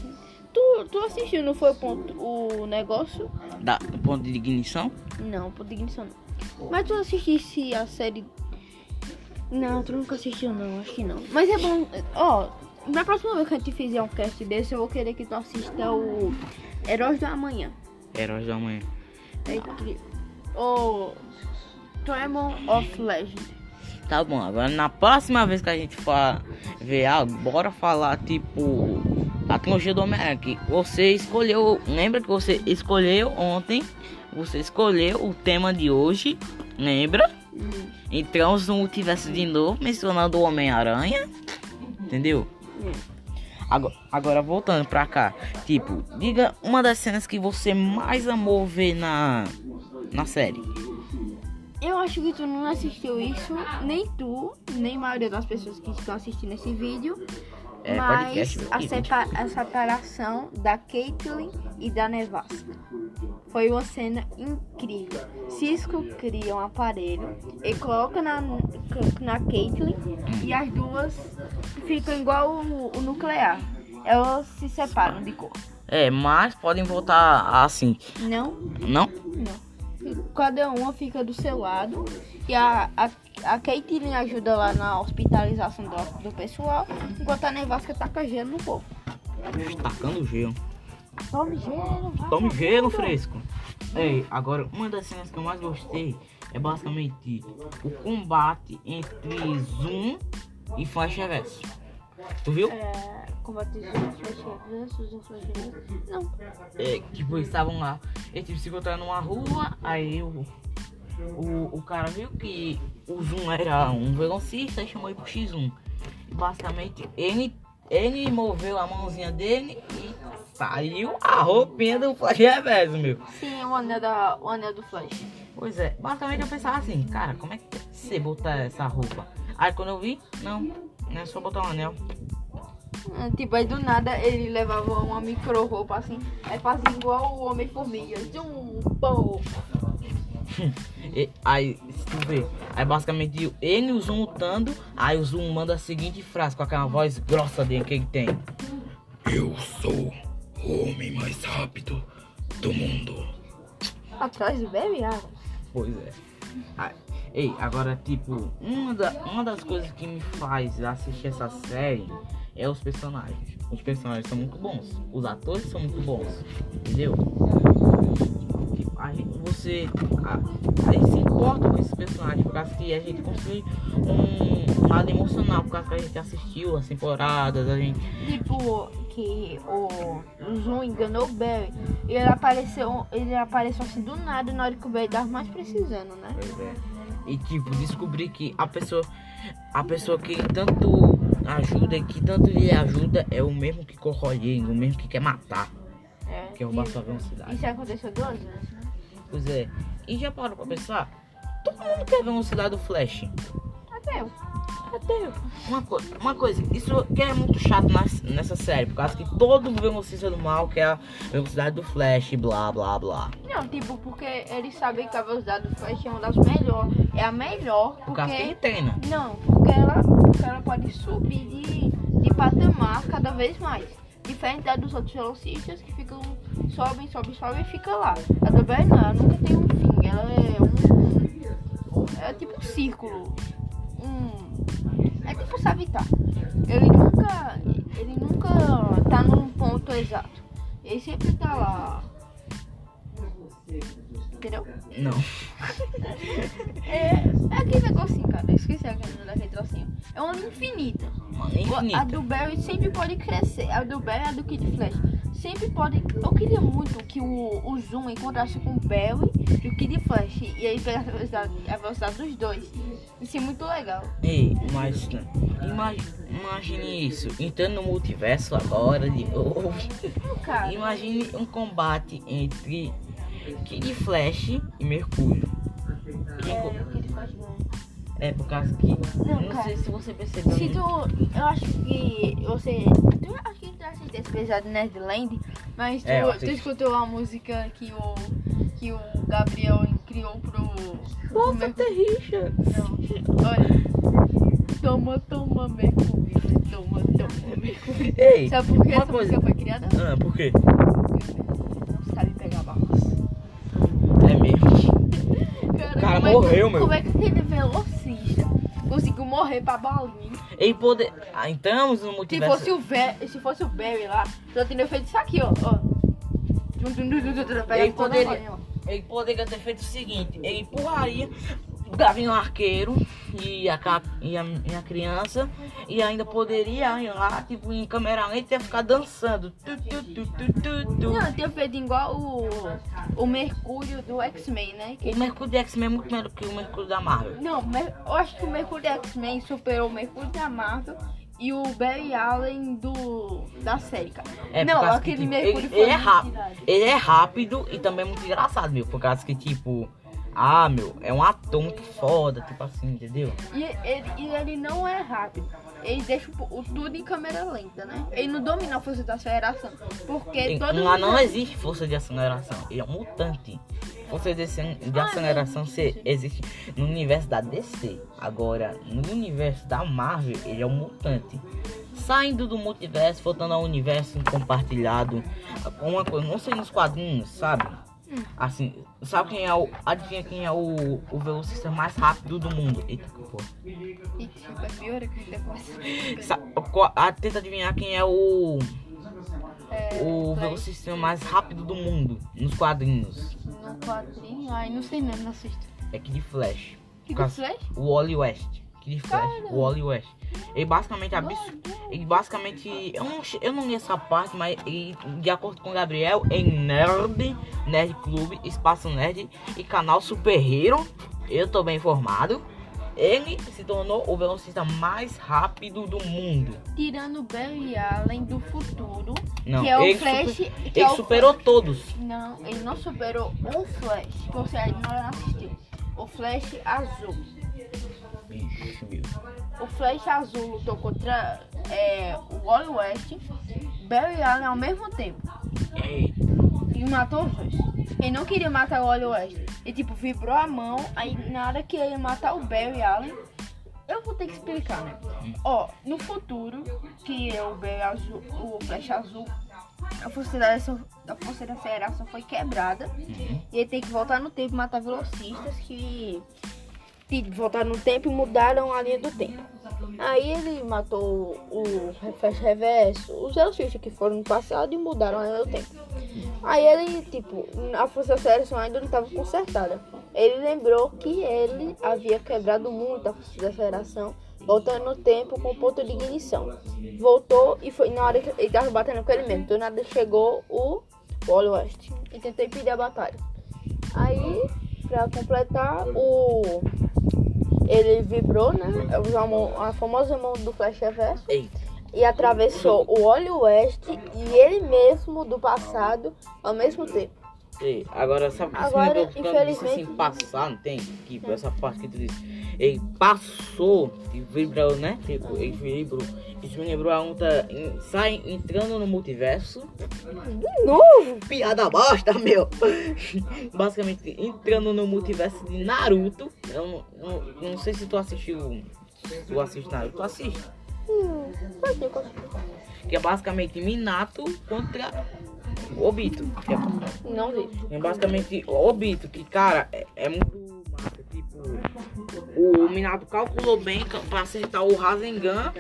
Tu, tu assistiu, não foi o, ponto, o negócio? Da, do ponto de ignição? Não, ponto de ignição não. Mas tu assistisse a série... Não, tu nunca assistiu não, acho que não. Mas é bom, ó, na próxima vez que a gente fizer um cast desse, eu vou querer que tu assista o Heróis do Amanhã. Heróis do Amanhã. É incrível. O Tremor of Legend. Tá bom, agora na próxima vez que a gente for ver algo, bora falar tipo a trilogia do Homem-Aranha, que você escolheu, lembra que você escolheu ontem, você escolheu o tema de hoje, lembra? Hum. Entramos no multiverso de novo, mencionando o Homem-Aranha, entendeu? Hum. Agora, agora voltando pra cá, tipo, diga uma das cenas que você mais amou ver na, na série. Eu acho que tu não assistiu isso, nem tu, nem a maioria das pessoas que estão assistindo esse vídeo. É, mas podcast, a, sepa a separação da Caitlyn e da Nevasca foi uma cena incrível. Cisco cria um aparelho e coloca na, na Caitlyn e as duas ficam igual o, o nuclear. Elas se separam de cor. É, mas podem voltar assim. Não? Não? Não. Cada uma fica do seu lado e a, a, a Caitlyn ajuda lá na hospitalização do, do pessoal, enquanto a Nevasca taca gelo no povo. Tacando gelo. Tome gelo, vai. Tome gelo fresco. Ei, agora uma das cenas que eu mais gostei é basicamente o combate entre Zoom e Flash Reverso. Tu viu? É, combate de Flash Reverso, Flash Reverso. Não. É, tipo, eles estavam lá, eles tipo, se encontraram numa rua, aí o, o, o cara viu que o Zoom era um velocista e chamou ele pro X um. E basicamente ele, ele moveu a mãozinha dele e saiu a roupinha do Flash Reverso, meu. Sim, o anel, da, o anel do Flash. Pois é, basicamente eu pensava assim, cara, como é que você botar essa roupa? Aí quando eu vi, não, não é só botar um anel. Tipo, aí do nada ele levava uma micro roupa assim, aí fazia igual o Homem-Formiga. Um pão. E, aí, se tu vê, aí basicamente ele e o Zoom lutando, aí o Zoom manda a seguinte frase com aquela voz grossa dele que ele tem: eu sou o homem mais rápido do mundo. Atrás do bebê água. Pois é. Aí, ei, agora tipo, uma, da, uma das coisas que me faz assistir essa série é os personagens. Os personagens são muito bons, os atores são muito bons, entendeu? Tipo, a gente, você, a, a gente se importa com esses personagens por causa que a gente construi um, um lado emocional, por causa que a gente assistiu as temporadas, a gente... Tipo, que o, o Zoom enganou o Barry, e ele apareceu, ele apareceu assim do nada na hora que o Barry tava mais precisando, né? Pois é. E tipo, descobrir que a pessoa, a pessoa que tanto ajuda e que tanto lhe ajuda é o mesmo que corrói ele, o mesmo que quer matar. É, Que roubar sua velocidade. Isso aconteceu duas vezes, né? Pois é. E já parou pra pensar? Todo mundo quer a velocidade do Flash. Até eu. Até eu. Uma, co uma coisa, isso que é muito chato nas, nessa série, por causa que todo velocista do mal quer a velocidade do Flash, blá blá blá. Não, tipo, porque eles sabem que a velocidade do Flash é uma das melhores. É a melhor. Por causa que ele treina. Não, porque Porque ela, porque ela pode subir de, de patamar cada vez mais. Diferente da dos outros velocistas que ficam, sobem, sobem, sobem e fica lá. A do Barry não, ela nunca tem um fim. Ela é um... É tipo um círculo. Um... É tipo Savitar. Ele nunca... Ele nunca tá num ponto exato. Ele sempre tá lá. Entendeu? Não. É, é aquele negocinho, cara. Eu esqueci a grana daquele trocinho. É uma infinita. Mano, é infinita. A do Barry sempre pode crescer. A do Barry e a do Kid Flash sempre pode. Eu queria muito que o, o Zoom encontrasse com o Barry e o Kid Flash. E aí pegasse a velocidade, a velocidade dos dois. Isso é muito legal. Ei, mas imagine, imagine isso. Entrando no multiverso agora de novo. Cara, Imagine um combate entre Kid Flash e Mercúrio. Quem é, co- o Kid Flash não. É por causa que. Não, Não, cara. sei se você percebeu. Se né? tu, eu acho que você, tu acho que tu assistiu esse episódio de Nerdland, mas tu, É, eu tu assisti. escutou a música que o, que o Gabriel criou pro, pro Nossa, Mercúrio? Terricha. Não, olha, toma, toma Mercúrio, toma, toma Mercúrio. Ei, Sabe por que uma essa coisa. música foi criada? Ah, por quê? Porque o Mercúrio não sabe pegar balas. É mesmo. Cara, cara como é que- morreu, meu. Como é que aquele velocista conseguiu morrer pra balinha? Ei, poder. Ah, entramos no Se multiverso. fosse o Barry, se fosse o Barry lá, só teria feito isso aqui, ó. ó. Pega Ele toda a poderia, bolinha, ó. ele poderia ter feito o seguinte: ele empurraria o Gavião Arqueiro e a, cap- e, a, e a criança, e ainda poderia ir lá, tipo, em câmera lenta e ficar dançando. Tu, tu, tu, tu, tu, tu. Não, tinha feito igual o, o Mercúrio do X-Men, né? Que- O Mercúrio de X-Men é muito melhor que o Mercúrio da Marvel. Não, Mer- eu acho que o Mercúrio do X-Men superou o Mercúrio da Marvel e o Barry Allen do da série, cara. É, por Não, causa aquele que, tipo, Mercúrio ele, foi ele é muito rápido. irado. Ele é rápido e também muito engraçado, meu. Por causa que, tipo, ah, meu, é um ator muito foda, tipo assim, entendeu? E ele, e ele não é rápido. Ele deixa o, o tudo em câmera lenta, né? Ele não domina a força da aceleração. Porque Em- todo Lá mundo- não existe força de aceleração, ele é um mutante. Força de, acen- de aceleração se existe no universo da D C. Agora, no universo da Marvel, ele é um mutante. Saindo do multiverso, voltando ao universo compartilhado. Uma coisa, não sei nos quadrinhos, sabe? Assim, sabe quem é o. Adivinha quem é o, o velocista mais rápido do mundo? Eita, que porra. Ih, tipo, é pior que depois. Sa- qual- ah, tenta adivinhar quem é o. É, O Flash. velocista mais rápido do mundo nos quadrinhos. No quadrinho? Ai, não sei mesmo, não assisto. É Kid Flash. Kid Por causa- Flash? O Wally West. Kid Flash. Cara. O Wally West. Ele basicamente abs... Ele basicamente. Eu não, che- eu não li essa parte, mas ele, de acordo com o Gabriel, em Nerd, Nerd Clube, Espaço Nerd e canal Super Hero, eu tô bem informado. Ele se tornou o velocista mais rápido do mundo. Tirando o Barry Allen do futuro, Não, que é o ele Flash. super- que ele é o superou todos. Não, ele não superou o Flash, que você ainda não assistiu. O Flash azul. Bicho, meu. O Flash azul lutou contra é, o Wally West, Barry Allen ao mesmo tempo. Ei, E matou os dois. Ele não queria matar o Wally West. Ele tipo vibrou a mão, aí na hora que ele ia matar o Barry Allen. Eu vou ter que explicar, né? Ó, no futuro, que é o Barry azul, o Flash azul, a força da aceleração, a força da aceleração foi quebrada. Uhum. E ele tem que voltar no tempo e matar velocistas que, que voltaram no tempo e mudaram a linha do tempo. Aí ele matou o Flash Reverso, os velocistas que foram no passado e mudaram a linha do tempo. Aí ele, tipo, a força da aceleração ainda não estava consertada. Ele lembrou que ele havia quebrado muito a força da aceleração, voltando no tempo com o ponto de ignição. Voltou e foi na hora que ele estava batendo com ele mesmo. Do nada chegou o Wally West e tentou impedir a batalha. Aí, pra completar, o ele vibrou, né? Usou a, mão, a famosa mão do Flash Reverso ei. e atravessou o Wally West e ele mesmo do passado ao mesmo tempo. Ei, agora sabe que Agora, isso me deu disse assim, infelizmente- passar, não tem? Que essa parte que tu disse. Ele passou e vibrou, né? Tipo, ele vibrou. Isso me lembrou a outra. em- Sai entrando no multiverso. De novo? Piada bosta, meu! Basicamente, entrando no multiverso de Naruto. Eu não, não, não sei se tu assistiu Tu assiste Naruto? Tu assiste? Hum, pode ser, pode ser. Que é basicamente Minato contra Obito. Que é, Não vi. é basicamente Obito, que cara, é, é muito massa. Tipo, o Minato calculou bem ca- pra acertar o Rasengan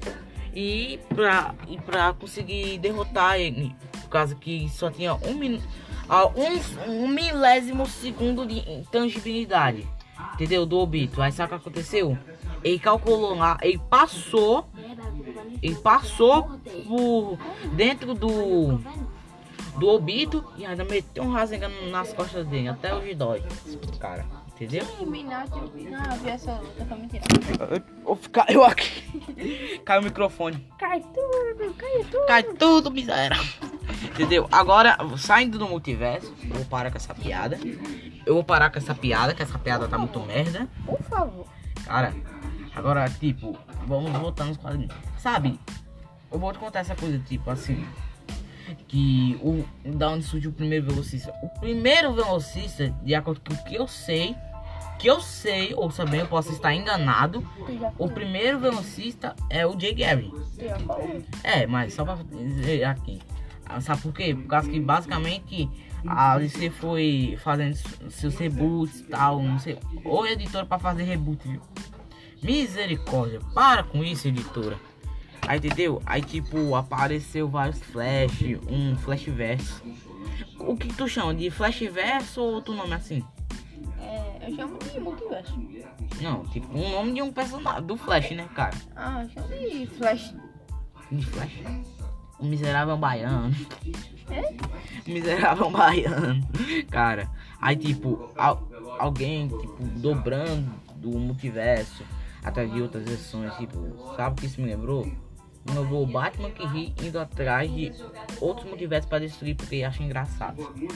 e pra, e pra conseguir derrotar ele. Por causa que só tinha um, min, ah, um, um milésimo segundo de intangibilidade. Entendeu? Do Obito. Aí sabe o que aconteceu? Ele calculou lá, ele passou. Ele passou por dentro do do Obito e ainda meteu um Rasengan nas costas dele. Até hoje dói. Cara, entendeu? Sim, Minato. Não, eu vi essa luta, foi mentira. Eu, caiu aqui. Caiu o microfone. Cai tudo, cai tudo. Cai tudo, miserável. Entendeu? Agora, saindo do multiverso, eu vou parar com essa piada. Eu vou parar com essa piada, que essa piada tá muito merda. Por favor. Cara, agora, tipo, vamos voltar nos quadrinhos. Sabe, eu vou te contar essa coisa, tipo, assim. Que o da onde surgiu o primeiro velocista. O primeiro velocista, de acordo com o que eu sei, que eu sei, ou também eu posso estar enganado. Tu já O falou. primeiro velocista é o Jay Gary. Tu já falou. É, mas só pra dizer aqui. Ah, sabe por quê? Por causa que basicamente a D C foi fazendo seus reboots e tal, não sei. Ou editora pra fazer reboot, viu? Misericórdia, para com isso, editora. Aí, entendeu? Aí, tipo, apareceu vários flash, um flashverso. O que tu chama? De flashverso ou outro nome assim? É, eu chamo de multiverso. Não, tipo, um nome de um personagem, do Flash, né, cara? Ah, eu chamo de Flash. De Flash. O miserável baiano. É? O miserável baiano. Cara, aí, tipo, al- alguém, tipo, dobrando do multiverso atrás de outras versões, tipo, sabe o que isso me lembrou? Me lembrou o Batman que ri indo atrás de outros multiversos pra destruir porque acha engraçado.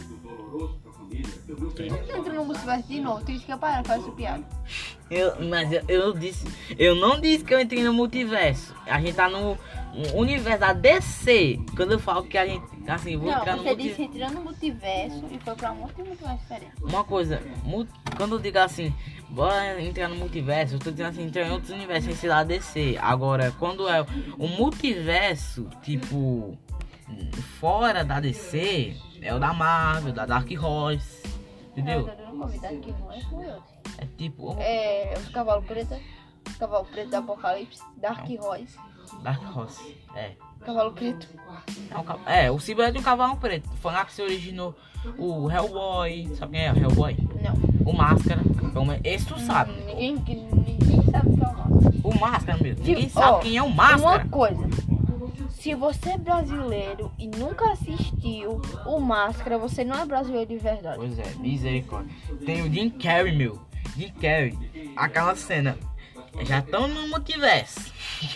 Tu entra no multiverso de novo, tu disse que ia parar com essa piada. Eu, mas eu, eu disse, eu não disse que eu entrei no multiverso. A gente tá no, no universo da D C. Quando eu falo que a gente, assim, vou Não, entrar no você multiverso. disse entrando no multiverso e foi pra um monte de multiverso diferente. Uma coisa, mu- quando eu digo assim, bora entrar no multiverso, eu tô dizendo assim, entrar em outros universos sem ser da D C. Agora, quando é o multiverso, tipo, fora da D C, é o da Marvel, da Dark Horse, entendeu? Eu tô dando convidado que não é foi outro. É tipo, É, os cavalos pretos, cavalo preto do Apocalipse, Dark Horse, Dark Horse, é. cavalo preto. É, um ca- é, o Cyber é de um cavalo preto. Foi lá que se originou o Hellboy, sabe quem é o Hellboy? Não. O Máscara, esse tu sabe. Hum, Ninguém, que- ninguém sabe o que é o Máscara. O Máscara, meu, ninguém Tipo, sabe ó, quem é o Máscara. Uma coisa, se você é brasileiro e nunca assistiu o Máscara, você não é brasileiro de verdade. Pois é, misericórdia. Tem o Jim Carrey, meu. Jim Carrey. Aquela cena. Já estamos no multiverso.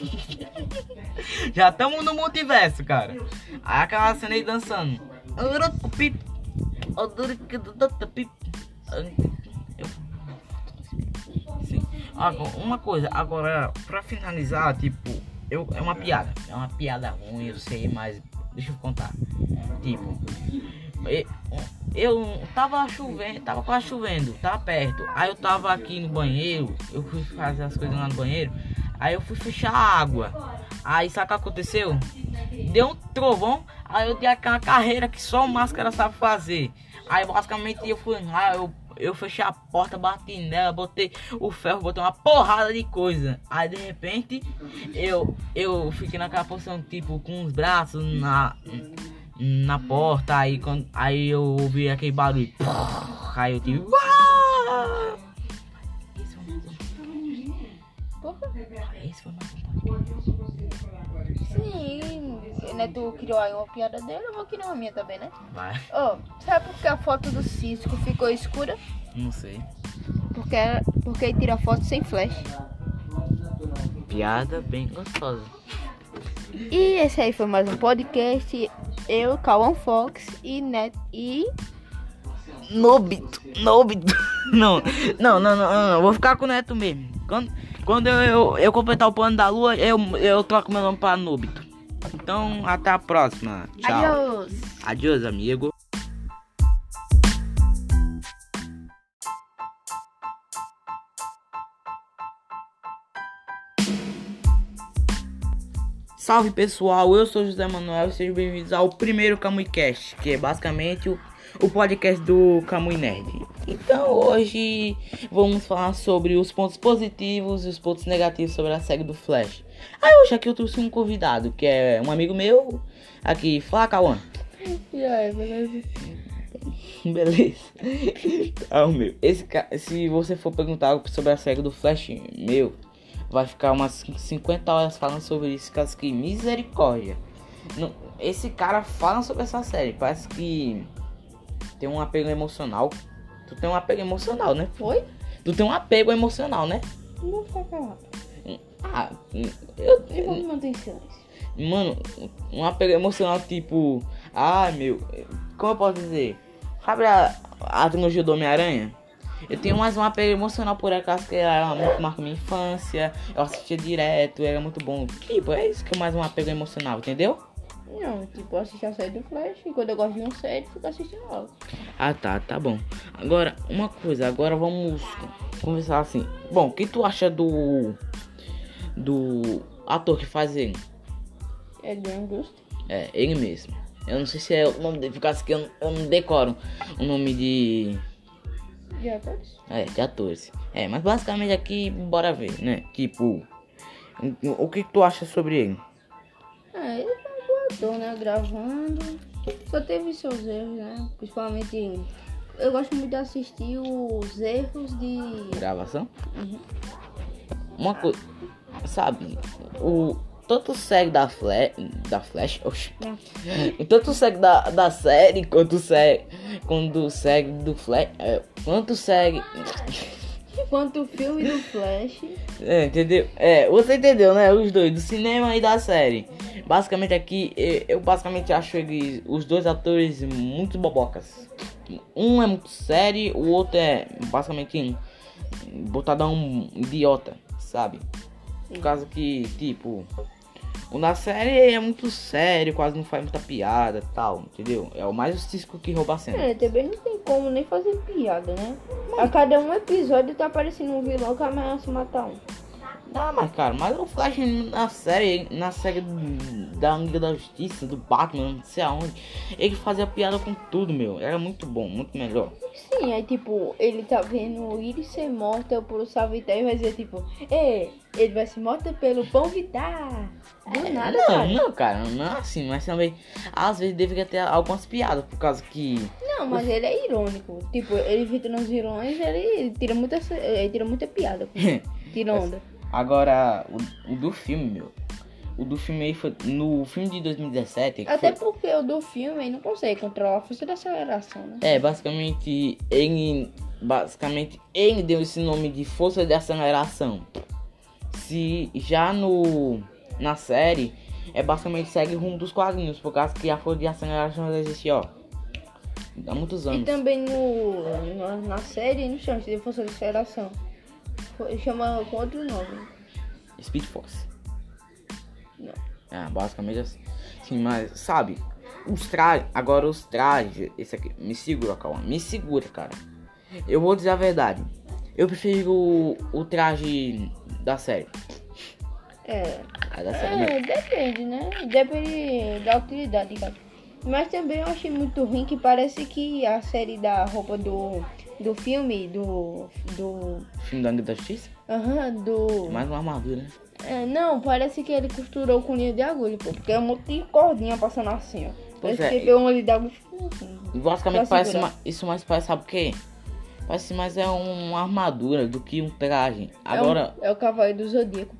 Já estamos no multiverso, cara. Aí aquela cena aí dançando. Sim. Agora, uma coisa, agora, pra finalizar, tipo, eu, é uma piada. É uma piada ruim, eu sei, mas deixa eu contar. Tipo, eu, eu tava chovendo, tava quase chovendo, tava perto. Aí eu tava aqui no banheiro, eu fui fazer as coisas lá no banheiro. Aí eu fui fechar a água. Aí sabe o que aconteceu? Deu um trovão, aí eu dei aquela carreira que só o Máscara sabe fazer. Aí basicamente eu fui lá, eu, eu fechei a porta, bati nela, botei o ferro, botei uma porrada de coisa. Aí de repente eu, eu fiquei naquela posição tipo com os braços na, na porta. Aí, quando, aí eu ouvi aquele barulho. Aí eu tive. Esse foi mais um Esse foi mais um Sim, né, tu criou aí uma piada dele, eu vou criar uma minha também, né? Vai, Ó, sabe por que a foto do Cisco ficou escura? não sei. Porque, porque ele tira foto sem flash. Piada bem gostosa. E esse aí foi mais um podcast. Eu, Cauã Fox e Net e. Nobito, Nobito. Não, não, não, não, não, vou ficar com o Neto mesmo. Quando, quando eu, eu, eu completar o plano da lua, eu, eu troco meu nome pra Nobito. Então, até a próxima. Tchau. Adiós! Adiós, amigo. Salve pessoal, eu sou José Manuel e sejam bem-vindos ao primeiro CamuiCast, que é basicamente o, o podcast do Camui Nerd. Então hoje vamos falar sobre os pontos positivos e os pontos negativos sobre a série do Flash. Aí hoje aqui eu trouxe um convidado, que é um amigo meu, aqui, fala Cauã. E aí, beleza? Beleza. Ah, meu, esse ca... se você for perguntar sobre a série do Flash, meu, vai ficar umas cinquenta horas falando sobre isso, caso que misericórdia. Não, esse cara fala sobre essa série, parece que tem um apego emocional. Tu tem um apego emocional, né? Oi? Tu tem um apego emocional, né? Não vou ficar calado. Ah, eu, E vamos manter em silêncio. mano, um apego emocional tipo, ah, meu, como eu posso dizer? Sabe a, a trilogia do Homem-Aranha? Eu tenho mais um apego emocional por acaso, que ela muito marcou minha infância. Eu assistia direto, era muito bom. Tipo, é isso que é mais um apego emocional, entendeu? Não, tipo, eu assisti a série do Flash e quando eu gosto de uma série, fico assistindo ela. Ah, tá, tá bom. Agora, uma coisa, agora vamos conversar assim. Bom, o que tu acha do do ator que faz ele? É Graham Gust. É, ele mesmo. Eu não sei se é o nome dele, por causa que eu, não- eu não decoro o nome de... De atores? É, de atores. É, mas basicamente aqui, bora ver, né? Tipo, o, o que tu acha sobre ele? Ah, ele foi um bom ator, né? Gravando. Só teve seus erros, né? Principalmente, eu gosto muito de assistir os erros de... Gravação? Uhum. Uma coisa, sabe, o tanto segue da Flash, da Flash, oxi, tanto segue da, da série quanto segue, quando segue do Flash, é, quanto segue, Quanto o filme do Flash... é, entendeu? É, você entendeu, né? Os dois, do cinema e da série. Basicamente aqui, eu, eu basicamente acho eles, os dois atores muito bobocas. Um é muito sério, o outro é basicamente botadão idiota, sabe? Por causa que, tipo, o na série é muito sério, quase não faz muita piada e tal, entendeu? É o mais o Cisco que rouba a cena. É, também não tem como nem fazer piada, né? A cada um episódio tá aparecendo um vilão que ameaça matar um. Não, mas cara, mas o Flash na série, na série da Liga da Justiça, do Batman, não sei aonde, ele fazia piada com tudo, meu. Era muito bom, muito melhor. Sim, aí tipo, ele tá vendo o Iris ser morta por Savitar e vai dizer tipo, é, ele vai ser morta pelo Pão Vittar. Do nada, não, cara. não, cara, não é assim, mas também às vezes deveria ter algumas piadas, por causa que. Não, mas ele é irônico. Tipo, ele evita nos vilões, ele tira muita, ele tira muita piada. Tira onda. Agora, o, o do filme, meu. O do filme aí foi. No filme de dois mil e dezessete. que Até foi- porque o do filme ele não consegue controlar a força da aceleração, né? É, basicamente ele. Basicamente ele deu esse nome de força de aceleração. Se já no. Na série. É basicamente segue o rumo dos quadrinhos. Por causa que a força de aceleração já existe, ó. Há muitos E anos. também no, na, na série não chama de força de aceleração. Fo- Chama com outro nome. Speed Force. Não. É, basicamente assim. Sim, mas sabe, os trajes, agora os trajes, esse aqui, me segura, calma, me segura, cara. Eu vou dizer a verdade. Eu prefiro o, o traje da série. É. A da série, né? É, depende, né? Depende da utilidade, cara. Mas também eu achei muito ruim que parece que a série da roupa do, do filme, do. do. Filme da Liga da Justiça. Aham, do. Mais uma armadura, né? É, não, parece que ele costurou com linha de agulha, pô. Porque é um monte de cordinha passando assim, ó. Pois Parece é, que pegou uma linha de agulha e ficou assim. E basicamente Pra parece segurar. ma- isso mais parece, sabe o quê? Parece mais é uma armadura do que um traje. Agora, É, um, é o cavaleiro do Zodíaco.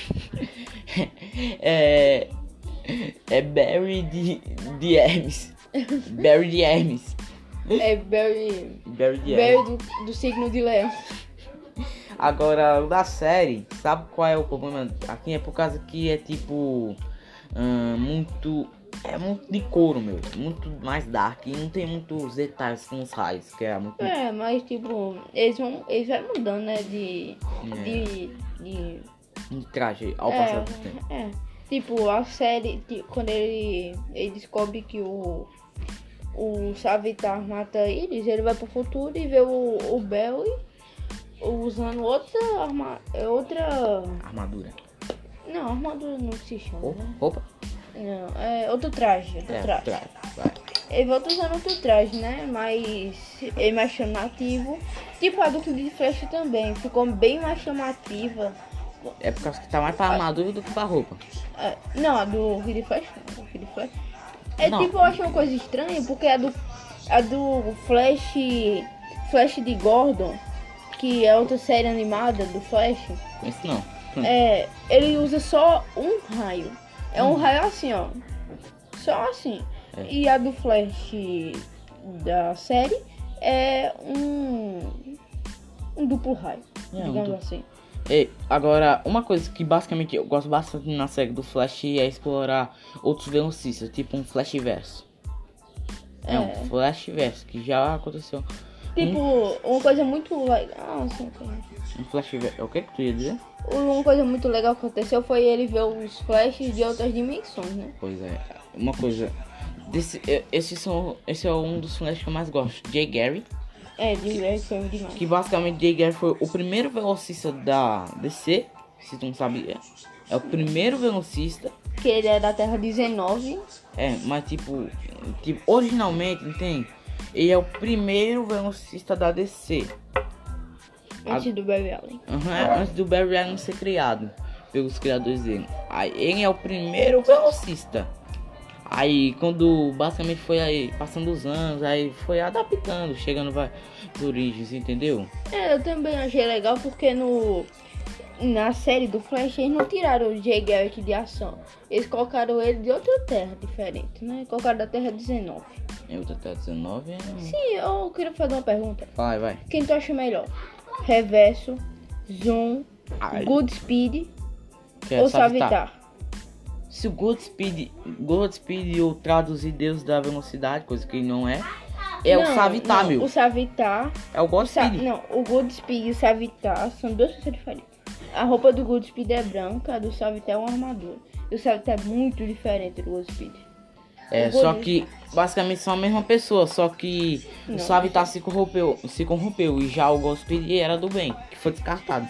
é. É Barry de, de Hermes. Barry de Hermes. É Barry. Barry de Hermes. Barry do, do signo de Leão. Agora, o da série, sabe qual é o problema aqui? É por causa que é tipo. hum, muito. É muito de couro, meu. Muito mais dark. E não tem muitos detalhes com os raios, que é muito. É, mas tipo, eles vão. Eles vão mudando, né? De. É. De. de Um traje ao é, passar do tempo. é. Tipo, a série, ti- quando ele, ele descobre que o. O Savitar mata eles, ele vai pro futuro e vê o, o Barry usando outra arma. Outra. Armadura. Não, armadura não se chama, Opa, né? opa. Não, é outro traje, outro É, traje. traje, vai. Ele volta usando outro traje, né? Mas ele mais chamativo. Tipo a do Kid Flash também. Ficou bem mais chamativa. É por causa que tá mais pra armadura do que pra roupa. É, não, a do Kid Flash não. A do Kid Flash. É Não. tipo, eu acho uma coisa estranha, porque a do, a do Flash. Flash de Gordon, que é outra série animada do Flash. Isso não. É, ele usa só um raio. É um Hum. raio assim, ó. Só assim. É. E a do Flash da série é um, um duplo raio, É, um digamos duplo. assim. E agora, uma coisa que basicamente eu gosto bastante na série do Flash é explorar outros velocistas, tipo um Flash Verso. É, É. um Flash Verso, que já aconteceu. Tipo, uma coisa muito legal, assim, Um Flash Verso. O que que tu ia dizer? uma coisa muito legal que aconteceu foi ele ver os flashes de outras dimensões, né? Pois é, uma coisa. Desse, eh, esse, são, esse é um dos Flash que eu mais gosto. Jay Garrick. É, de é, foi demais. Que basicamente Jay Garrick foi o primeiro velocista da D C. Se tu não sabia. É o primeiro velocista. Que ele é da Terra dezenove. É, mas tipo, tipo, originalmente, entende? Ele é o primeiro velocista da D C. Antes do Barry Allen. Uhum, é, antes do Barry Allen ser criado pelos criadores dele. Aí ele é o primeiro velocista. Aí quando basicamente foi aí passando os anos, aí foi adaptando, chegando vai origens, entendeu? É, eu também achei legal porque no na série do Flash eles não tiraram o Jay Garrick de ação. Eles colocaram ele de outra terra diferente, né? Colocaram da Terra dezenove. Eu tô até dezenove. É... Sim, eu queria fazer uma pergunta. Vai, vai. Quem tu acha melhor? Reverso, Zoom, Ai, Goodspeed que é ou Savitar. Savitar? Se o Goodspeed, Goodspeed eu traduzir Deus da velocidade, coisa que ele não é, é Não, o Savitar, não, meu. O Savitar. É o O Sa- Goodspeed. não, o Goodspeed e o Savitar são duas coisas diferentes. A roupa do Goodspeed é branca, a do Savitar é uma armadura. E o Savitar é muito diferente do Goodspeed. É, o só Goodspeed- que basicamente são a mesma pessoa, só que Não. o Savitar se corrompeu, se corrompeu e já o Goodspeed era do bem, que foi descartado.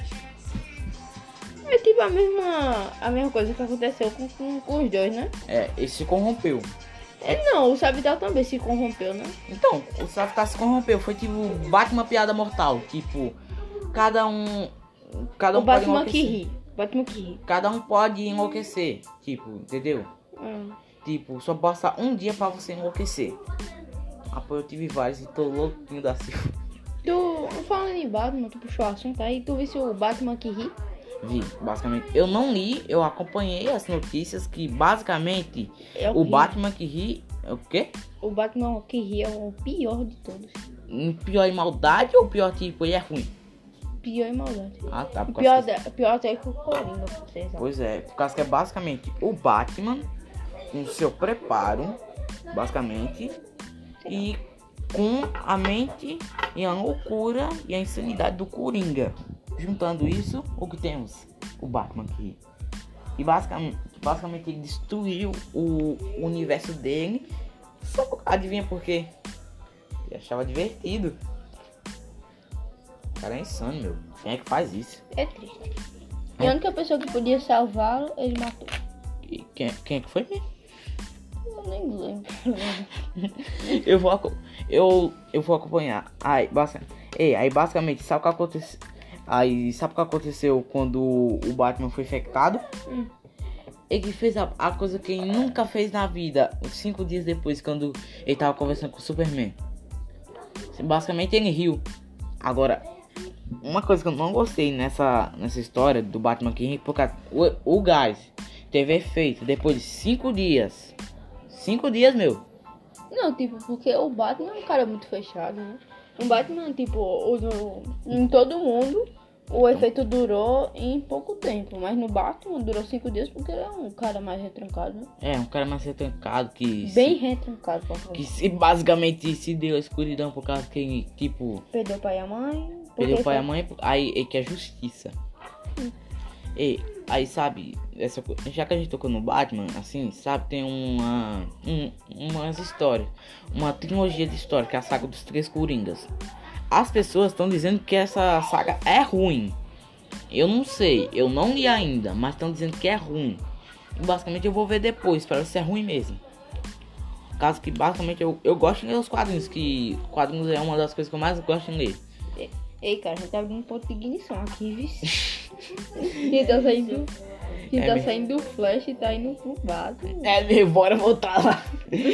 É tipo a mesma, a mesma coisa que aconteceu com, com, com os dois, né? É, ele se corrompeu. É, não, o Savitar também se corrompeu, né? Então, o Savitar se corrompeu, foi tipo Batman Piada Mortal, tipo, cada um cada O um pode Batman que enlouquecer. ri. Batman que ri. Cada um pode enlouquecer, tipo, entendeu? Hum. Tipo, só basta um dia pra você enlouquecer. Ah, pô, eu tive vários e tô louquinho da Silva. Tu, falando em Batman, tu puxou o assunto aí, tu visse o Batman que ri? Vi, basicamente. Eu não li, eu acompanhei as notícias que basicamente É o horrível. Batman que ri. É o quê? O Batman que ri é o pior de todos. Um pior em maldade ou pior tipo, ele é ruim? Pior em maldade. Ah, tá. O Por pior, causa que... da- pior até que o Coringa, pra vocês. Pois é, por causa que é basicamente o Batman com seu preparo, basicamente, e com a mente e a loucura e a insanidade do Coringa. Juntando isso, o que temos? O Batman que e basicamente, basicamente ele destruiu o universo dele. Só por- adivinha por quê? Ele achava divertido. O cara é insano, meu. Quem é que faz isso? É triste. E a única pessoa que podia salvá-lo, ele matou. E quem, quem é que foi mesmo? Eu nem lembro. eu vou aco- eu eu vou acompanhar. Aí, basicamente, ei, aí basicamente sabe o que aconteceu? Aí sabe o que aconteceu quando o Batman foi infectado? Hum. Ele fez a, a coisa que ele nunca fez na vida. Cinco dias depois, quando ele tava conversando com o Superman. Basicamente ele riu. Agora, uma coisa que eu não gostei nessa, nessa história do Batman que ri, porque o, o gás teve efeito depois de cinco dias. Cinco dias, meu. Não, tipo, porque o Batman é um cara muito fechado, né? O Batman, tipo, o, no- em todo mundo, o efeito durou em pouco tempo. Mas no Batman durou cinco dias porque ele é um cara mais retrancado, né? É, um cara mais retrancado que... Bem retrancado, por favor. Que se, basicamente se deu a escuridão por causa que ele, tipo, Perdeu o pai e a mãe. perdeu o porque pai e a foi- mãe, aí ele quer justiça. E aí, sabe, essa, co- já que a gente tocou no Batman, assim, sabe, tem uma, um, umas histórias, uma trilogia de história, que é a saga dos Três Coringas. As pessoas estão dizendo que essa saga é ruim. Eu não sei, eu não li ainda, mas estão dizendo que é ruim. E basicamente eu vou ver depois, para ver se é ruim mesmo. Caso que basicamente eu, eu gosto de ler os quadrinhos, que quadrinhos é uma das coisas que eu mais gosto de ler. Ei, cara, a gente tá abrindo um ponto de ignição aqui, viu? Quem tá saindo, quem É tá mesmo. saindo do Flash e tá indo pro Batman. É mesmo, bora voltar lá.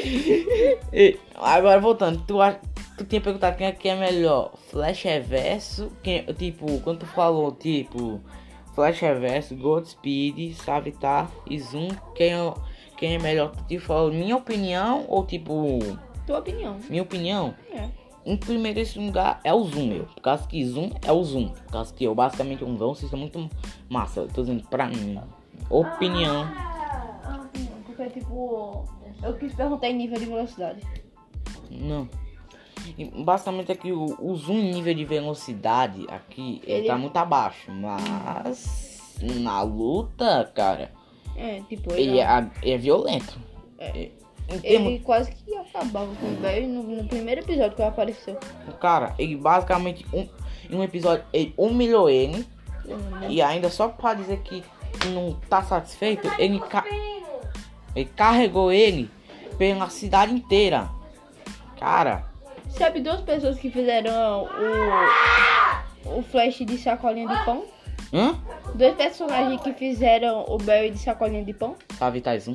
E, agora voltando, tu, acha- tu tinha perguntado quem é que é melhor, Flash Reverso, quem, tipo, quando tu falou, tipo, Flash Reverso, Godspeed, Savitar e Zoom, quem é, quem é melhor? Tu te falou minha opinião ou tipo, Tua opinião. minha opinião? É. Em primeiro esse lugar é o Zoom, meu. Por causa que Zoom é o Zoom. Por causa que eu basicamente um Zoom sistema muito massa. Eu tô dizendo pra mim. Opinião. Ah, ah, opinião. Porque, tipo, eu quis perguntar em nível de velocidade. Não. E, basicamente aqui o, o Zoom em nível de velocidade aqui ele, Ele- tá muito abaixo. Mas na luta, cara, É, tipo, ele ele, é, é violento. É. Em termos- ele quase que acabava com o Barry no, no primeiro episódio que ele apareceu. Cara, ele basicamente um, em um episódio ele humilhou ele. E ainda só pra dizer que não tá satisfeito, ele, ca- ele carregou ele pela cidade inteira. Cara, Sabe duas pessoas que fizeram o, o Flash de sacolinha de pão? hã? Dois personagens que fizeram o Barry de sacolinha de pão? Sabe, Tyson?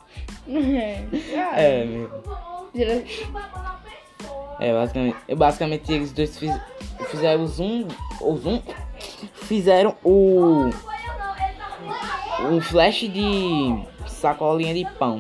Cara, É, meu. fizeram- É, basicamente, basicamente eles dois fiz, fizeram o zoom, o zoom, fizeram o, um flash de sacolinha de pão.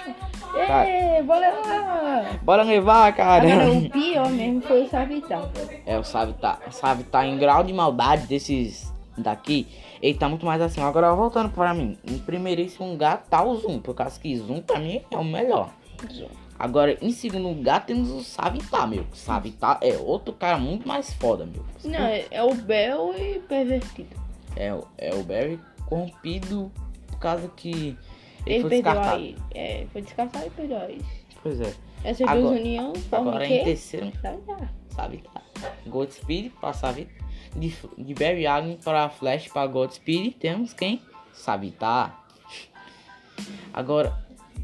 Ê, bora lá! Bora levar, cara. Agora o pior mesmo foi o Savitar. É, o Sabe tá, sabe tá em grau de maldade desses daqui, ele tá muito mais assim. Agora voltando pra mim, em primeiríssimo lugar tá o Zoom, por causa que Zoom pra mim é o melhor. Agora em segundo lugar temos o Savitar, meu. Savitar é outro cara muito mais foda, meu. Não, é, é o Bell e pervertido. É, o- é o Barry corrompido por causa que ele, Ele foi perdeu descartado. aí. É, foi descartado e perdeu aí. Pois é. Essas Agora- duas uniões formam Agora o em quê? terceiro, Savitar. Savitar. Godspeed para Savitar. De, de Barry Allen para Flash para Godspeed temos quem? Savitar. Agora.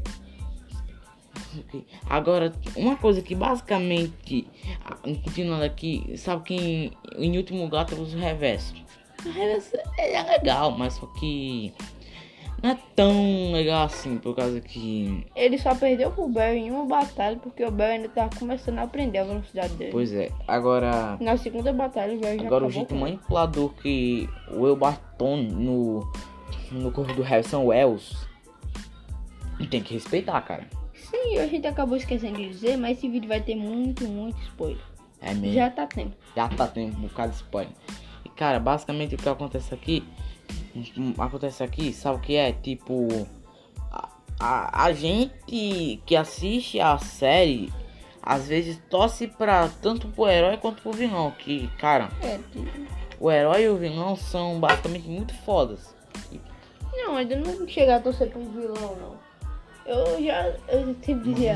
Agora, uma coisa que basicamente, ah, continuando aqui, sabe que em último lugar temos o Reverso. O Reverso ele é legal, mas só que não é tão legal assim, por causa que, Ele só perdeu pro Barry em uma batalha porque o Barry ainda tá começando a aprender a velocidade dele. pois é, agora, Na segunda batalha o Barry já agora o acabou jeito com ele. manipulador que o El Barton no, no corpo do Harrison Wells, tem que respeitar, cara. Sim, a gente acabou esquecendo de dizer, mas esse vídeo vai ter muito, muito spoiler. É mesmo. Já tá tendo. Já tá tendo um bocado de spoiler. E cara, basicamente o que acontece aqui. hum, Acontece aqui, sabe o que é? Tipo. A, a, a gente que assiste a série às vezes torce pra tanto pro herói quanto pro vilão. Que, cara, É, que- o herói e o vilão são basicamente muito fodas. não, ainda não chegar a torcer pro vilão, não. Eu já, eu sempre dizia,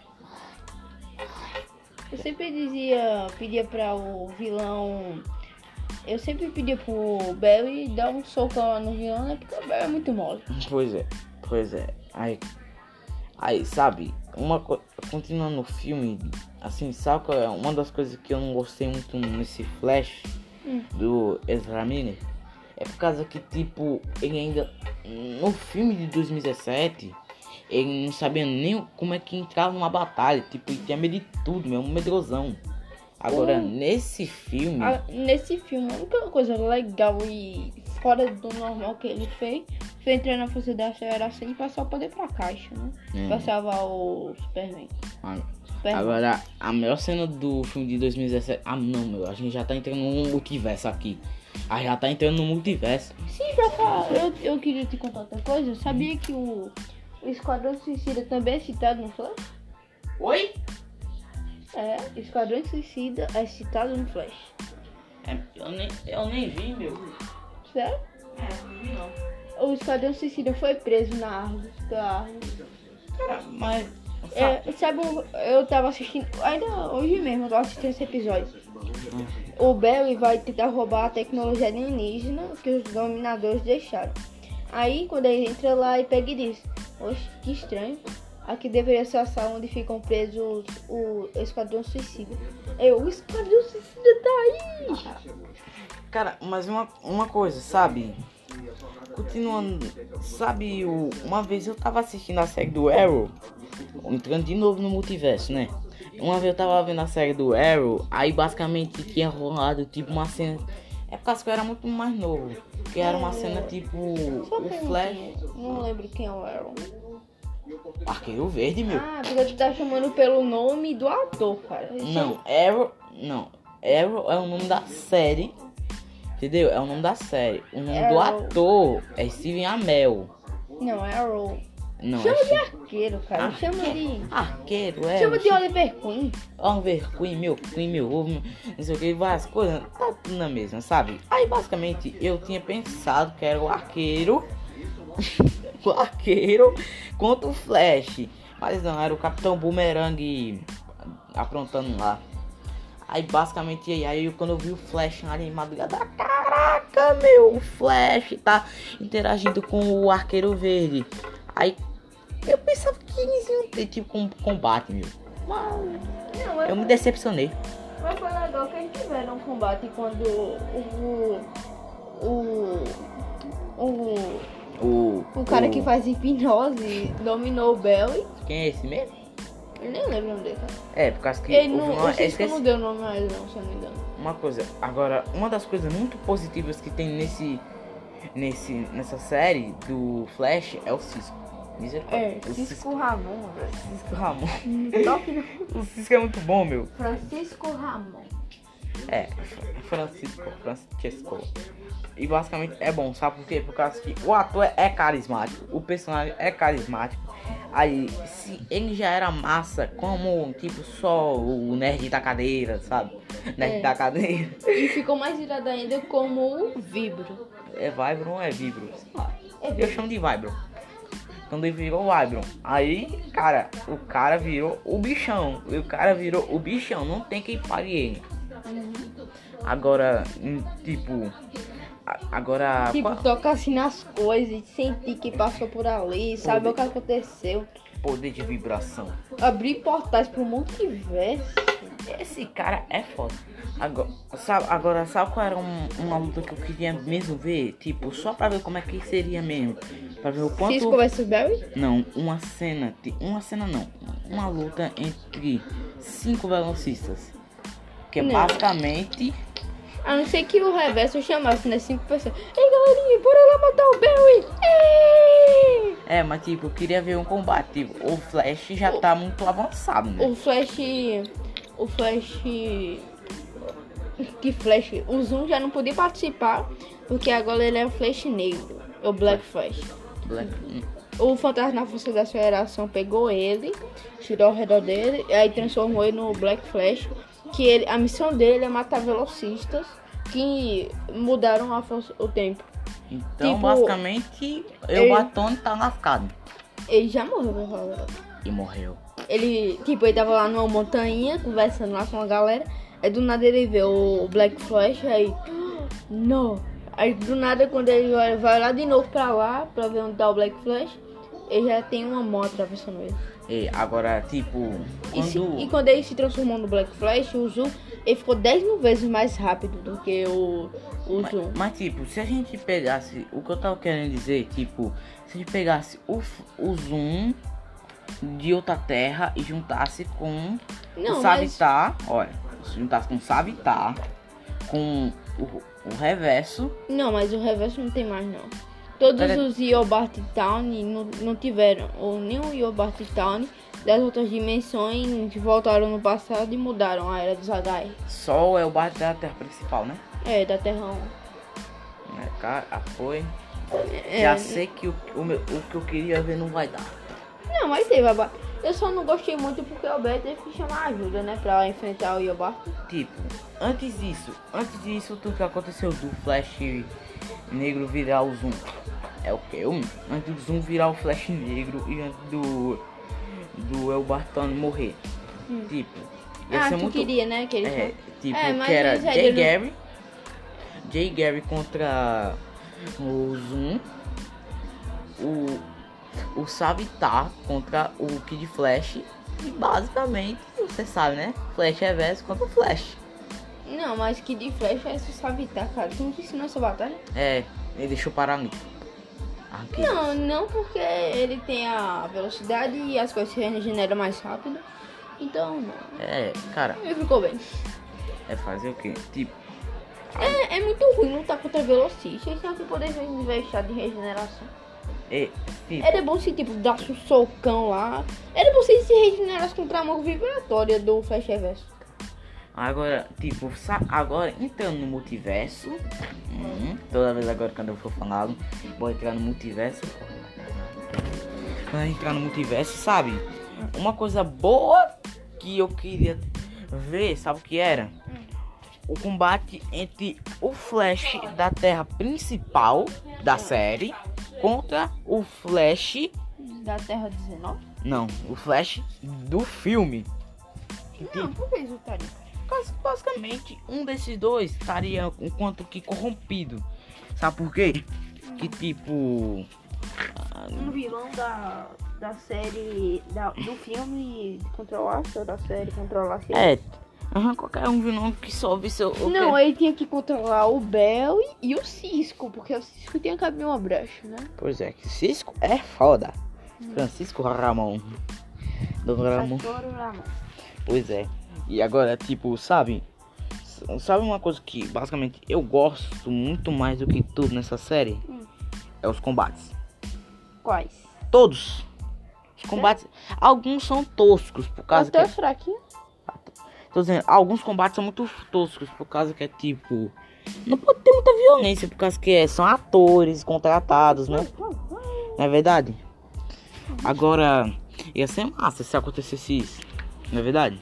eu sempre dizia, pedia pra o vilão, eu sempre pedia pro Barry dar um socão lá no vilão, né? Porque o Barry é muito mole. Pois é, pois é. Aí, aí sabe, uma co... continuando no filme, assim, sabe qual é uma das coisas que eu não gostei muito nesse Flash Hum. do Ezra Miller? É por causa que, tipo, ele ainda, no filme de dois mil e dezessete, ele não sabia nem como é que entrava numa batalha, tipo, ele tinha medo de tudo, mesmo, um medrosão. Agora, Hum. nesse filme, A- nesse filme, a única coisa legal e fora do normal que ele fez foi entrar na força da aceleração e passar o poder pra caixa, né? É. Pra salvar o Superman. a- Superman. agora, a melhor cena do filme de dois mil e dezessete, ah não, meu, a gente já tá entrando no multiverso aqui. A gente já tá entrando no multiverso. Sim, pra falar, eu, eu queria te contar outra coisa. Sabia que o, o Esquadrão Suicida também é citado no Flash? Oi? É, Esquadrão Suicida é citado no Flash. É, eu, nem, eu nem vi, meu. Sério? É, não vi não. O Esquadrão Suicida foi preso na árvore. Da árvore. Cara, mas... É, sabe, um- eu tava assistindo, ainda hoje mesmo, eu tô assistindo esse episódio. o Barry vai tentar roubar a tecnologia alienígena que os dominadores deixaram. Aí, quando ele entra lá e pega e diz: oxe, que estranho. Aqui deveria ser a sala onde ficam presos o Esquadrão Suicida. Eu, o Esquadrão Suicida tá aí! Cara, mas uma, uma coisa, sabe? Continuando, sabe, o, uma vez eu tava assistindo a série do Arrow, entrando de novo no multiverso, né? Uma vez eu tava vendo a série do Arrow, aí basicamente tinha rolado tipo uma cena. É por causa que eu era muito mais novo. Que era uma cena tipo Só o perguntinha, Flash. Não lembro quem é o Arrow. Arqueiro Verde, meu. Ah, porque tu tá chamando pelo nome do ator, cara. Não, Arrow. Não. Arrow é o nome da série. Entendeu? É o nome da série. O nome do Arrow. ator é Steven Amell. Não, Arrow. Não, Chama é de arqueiro, cara. Chama de. Arqueiro, é. Chama de Oliver Queen. Oliver Queen, meu Queen, meu ovo, não sei o que, várias coisas, tá tudo na mesma, sabe? Aí basicamente eu tinha pensado que era o arqueiro, o arqueiro contra o Flash, mas não, era o Capitão Boomerang aprontando lá. Aí basicamente, aí, aí quando eu vi o Flash ali em madrugada, caraca, meu, o Flash tá interagindo com o Arqueiro Verde. Aí eu pensava que eles iam ter tipo um combate, meu. Mas Não, mas, eu me decepcionei. mas foi legal que eles tiveram um combate quando o. O. O. O, O cara que faz hipnose dominou o Barry. Quem é esse mesmo? Eu nem lembro o nome dele, cara. É, por causa que Ele houve não. uma, Eu sei que esqueci- não deu nome a ele, não, se eu não me engano. uma coisa. Agora, uma das coisas muito positivas que tem nesse, nesse nessa série do Flash é o Cisco. Misericórdia. É, o Cisco Ramon, velho. Cisco Ramon. Top não. O Cisco é muito bom, meu. Francisco Ramon. É, Francisco, Francisco. E basicamente é bom, sabe por quê? Por causa que o ator é carismático, o personagem é carismático. Aí, se ele já era massa, como tipo só o nerd da cadeira, sabe? Nerd É. da cadeira. E ficou mais irado ainda como o Vibro. É Vibron ou é Vibro? É Eu Vibro. chamo de Vibron. Quando ele virou Vibron. Aí, cara, o cara virou o bichão. E o cara virou o bichão. Não tem quem pare ele. Agora, hum, tipo. a- Agora. Tipo, qual- toca assim nas coisas e sentir que passou por ali, sabe o que aconteceu. Poder de vibração. Abrir portais pro multiverso. Esse cara é foda. Agora, sabe, agora, sabe qual era um- uma luta que eu queria mesmo ver? Tipo, só pra ver como é que seria mesmo. Pra ver o quanto. Cisco versus Barry? Não, uma cena. ti- Uma cena não. Uma luta entre cinco velocistas. Que é Não. basicamente. A não ser que o reverso chamasse, né? Cinco pessoas. Ei, galerinha, bora lá matar o Barry! Ei! É, mas tipo, eu queria ver um combate. Tipo, o Flash já tá muito avançado, né? O Flash. O Flash. Que Flash? O Zoom já não podia participar, porque agora ele é o Flash negro. É o Black Flash. Black... O Fantasma na Força da Aceleração pegou ele, tirou ao redor dele, e aí transformou ele no Black Flash. Que ele, a missão dele é matar velocistas que mudaram a força, o tempo. Então, Tipo, basicamente, ele- o Batone tá lascado. Ele já morreu, pra falar a verdade. E morreu. Ele, tipo, ele tava lá numa montanha, conversando lá com a galera. Aí do nada ele vê o Black Flash, aí... Não! Aí do nada, quando ele vai, vai lá de novo pra lá, pra ver onde tá o Black Flash, ele já tem uma moto atravessando ele. E agora, tipo, E, se- quando. e quando ele se transformou no Black Flash, o Zoom, ele ficou dez mil vezes mais rápido do que o, o Mas, Zoom. mas, tipo, se a gente pegasse. O que eu tava querendo dizer, tipo, se a gente pegasse o, f- o Zoom de outra terra e juntasse com Não, o mas- Savitar, olha, se juntasse com o Savitar, com o, o reverso. Não, mas o reverso não tem mais, não. Todos Pera- os Yobart Town não, não tiveram, ou nem o Yobart Town das outras dimensões voltaram no passado e mudaram a era dos Hadai. Sol é o bar da terra principal, né? É, da Terra um. É, cara, foi. É, Já sei que o, o, meu- o que eu queria ver não vai dar. Não, mas teve, babá. Eu só não gostei muito porque o Beto teve que chamar ajuda, né? Pra enfrentar o Yobart. Tipo, antes disso, antes disso, tudo que aconteceu do Flash Negro virar o Zoom. É o que? Antes do Zoom virar o Flash Negro e antes do do El Bartone morrer. Tipo, Ia Ah, ser tu muito. queria, né? Que eles É, não- tipo, É, mas que era eles aí Jay não- Gary. Jay Gary contra o Zoom. O, o Savitar contra o Kid Flash. E basicamente, você sabe, né? Flash Reverso contra o Flash. Não, mas que de flecha é só evitar, cara. Tu não te ensinou essa batalha? É, ele deixou parar ali. Aqui. Não, não porque ele tem a velocidade e as coisas se regeneram mais rápido. Então, não. É, cara, Ele ficou bem. é fazer o quê? Tipo, É, é muito ruim lutar contra velocista. Eles têm que poder investir de regeneração. é, tipo, Era bom se, tipo, dasse um socão lá. Era bom se se regenerasse contra a mão vibratória do Flash Reverso. agora, tipo, sa- agora entrando no multiverso. Hum, toda vez agora quando eu for falar, vou entrar no multiverso. Quando eu entrar no multiverso, sabe? Uma coisa boa que eu queria ver, sabe o que era? O combate entre o Flash da Terra principal da série contra o Flash. Da Terra dezenove? Não, o Flash do filme. Não, por que isso estaria? Bas- Basicamente, um desses dois estaria um quanto que corrompido. Sabe por quê? Que tipo. ah, Um vilão da, da série, da, do filme controlasse, ou da série controlasse ele. É. Aham, qualquer um vilão que sobe seu. o Não, quê? ele tinha que controlar o Bell e, e o Cisco, porque o Cisco tinha que abrir uma brecha, né? Pois é, que Cisco é foda. Francisco Ramon. Do Ramon. Satoru Ramon. Pois é. E agora, tipo, sabe? S- Sabe uma coisa que basicamente eu gosto muito mais do que tudo nessa série? Hum. É os combates. Quais? Todos. Os combates. Alguns são toscos, por causa que. Até os fraquinhos. Tô dizendo, alguns combates são muito toscos, por causa que é tipo. Não pode ter muita violência, por causa que é, são atores contratados, né? Não é verdade? Agora, ia ser massa se acontecesse isso. Não é verdade?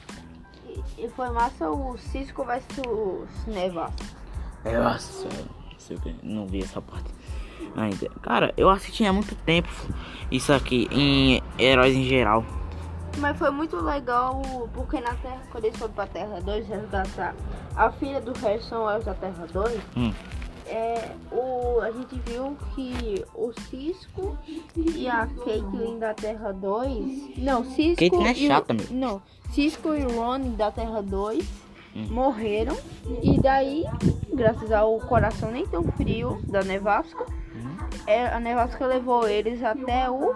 E foi massa o Cisco versus Nevasca. Nossa, não sei o que, não vi essa parte ainda. Cara, eu assisti há muito tempo isso aqui em Heróis em Geral. Mas foi muito legal, porque na Terra, quando eles foram pra Terra dois resgatar a filha do Harrison Wells da Terra dois, Hum. é, o, a gente viu que o Cisco e a Caitlyn da Terra dois... Não, Cisco Caitlyn é e o- chata mesmo. Não, Cisco e Ron da Terra dois Hum. morreram. E daí, graças ao coração nem tão frio da Nevasca, Hum. é, a Nevasca levou eles até o...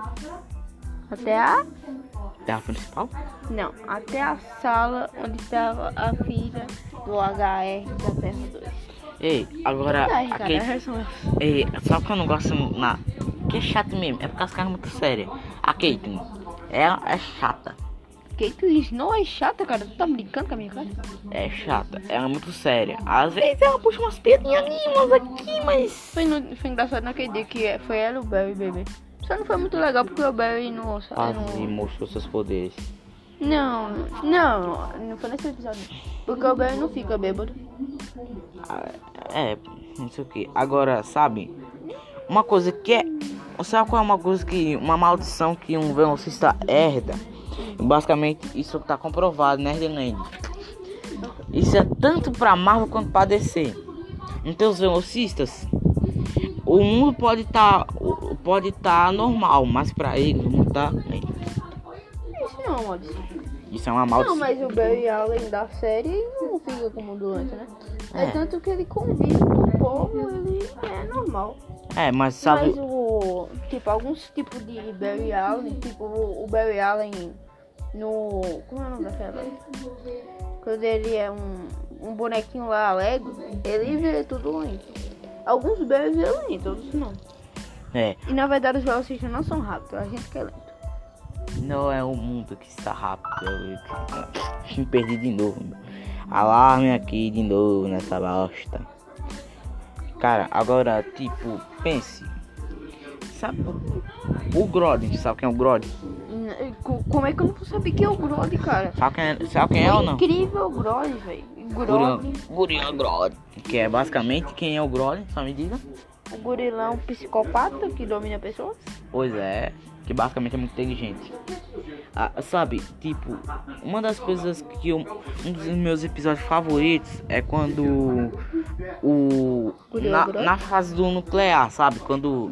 Até a... Terra principal? Não, até a sala onde estava a filha do H R da Terra dois. Ei, agora. Ai, cara, aquele- Harrison Wells. Ei, sabe o que eu não gosto na. Que é chato mesmo, é porque as caras muito sérias. A Caitlyn, ela é chata. Caitlyn Snow é chata, cara. Tu tá brincando com a minha cara? É chata, ela é muito séria. Às vezes ela puxa umas piadinhas ali, umas aqui, mas. Foi, no, foi engraçado naquele dia que foi ela e o Barry bebê. Só não foi muito legal porque o Barry não... Quase não... mostrou seus poderes. Não, não, não foi nesse episódio. Porque o Barry não fica bêbado. Ah, É, não sei o que. Agora, sabe? Uma coisa que é. Sabe qual é uma coisa que. Uma maldição que um velocista herda? Basicamente, isso tá comprovado, né, Nerdland? Isso é tanto pra Marvel quanto pra D C. Então, os velocistas. O mundo pode estar. pode estar normal, mas pra eles o mundo tá. Isso não é uma maldição. Isso é uma maldição. Não, mas o Barry Allen da série ele não fica como doente, né? É. É. Tanto que ele convive com o povo, ele é normal. É, mas sabe. Mas o. Tipo, alguns tipos de Barry Allen, tipo o o Barry Allen no. Como é o nome daquela? Quando ele é um, um bonequinho lá, Lego, ele vê tudo lento. Alguns Barry vê lento, outros não. É, E na verdade os velocistas não são rápidos, a gente que é lento. não é o mundo que está rápido. Eu me perdi de novo. Alarme aqui de novo nessa bosta. Cara, agora, tipo, pense. Sabe o Grodd? Sabe quem é o Grodd? N- co- Como é que eu não vou saber quem é o Grodd, cara? Sabe quem é, sabe quem é ou não? Incrível o Grodd, velho. Grodd. Gorila Grodd. Que é basicamente quem é o Grodd, só me diga. O gorila é um psicopata que domina pessoas. Pois é. que basicamente é muito inteligente. Ah, sabe, tipo, uma das coisas que eu, um dos meus episódios favoritos é quando o na, na fase do nuclear, sabe, quando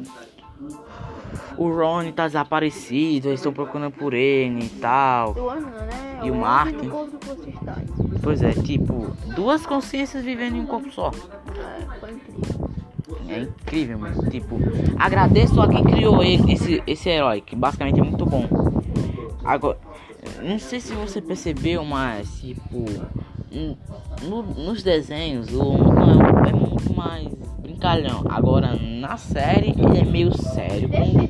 o Ron tá desaparecido, eles estão procurando por ele e tal. Né? E o Martin. Pois é, tipo, duas consciências vivendo em um corpo só. É, foi incrível. É incrível, mas tipo, agradeço a quem criou ele, esse, esse herói, que basicamente é muito bom. Agora, não sei se você percebeu, mas tipo, no, nos desenhos o Homem é muito mais brincalhão. Agora na série ele é meio sério.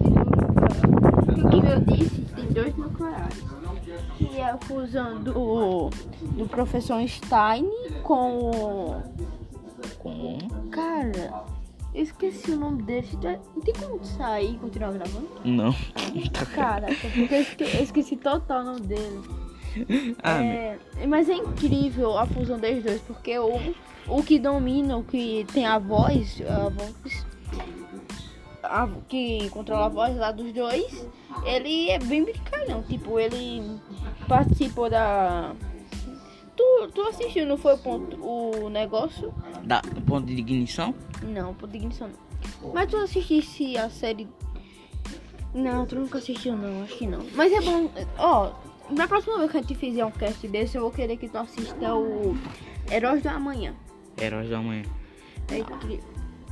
Como eu disse, tem dois nucleares. Que é a fusão do, do professor Stein com o. Com. Cara, eu esqueci o nome dele. Não tem como sair e continuar gravando? Não. Caraca, porque eu esqueci, eu esqueci total o nome dele. Ah, é, mas é incrível a fusão dos dois, porque o, o que domina, o que tem a voz, a voz a, que controla a voz lá dos dois, ele é bem brincalhão. Tipo, ele participou da. Tu, tu assistiu, não foi o ponto, o negócio? Da, do ponto de ignição? Não, ponto de ignição não. Mas tu assistisse a série. Não, tu nunca assistiu não, acho que não. Mas é bom, ó, na próxima vez que a gente fizer um cast desse, eu vou querer que tu assista o Heróis do Amanhã. Heróis do Amanhã. É incrível.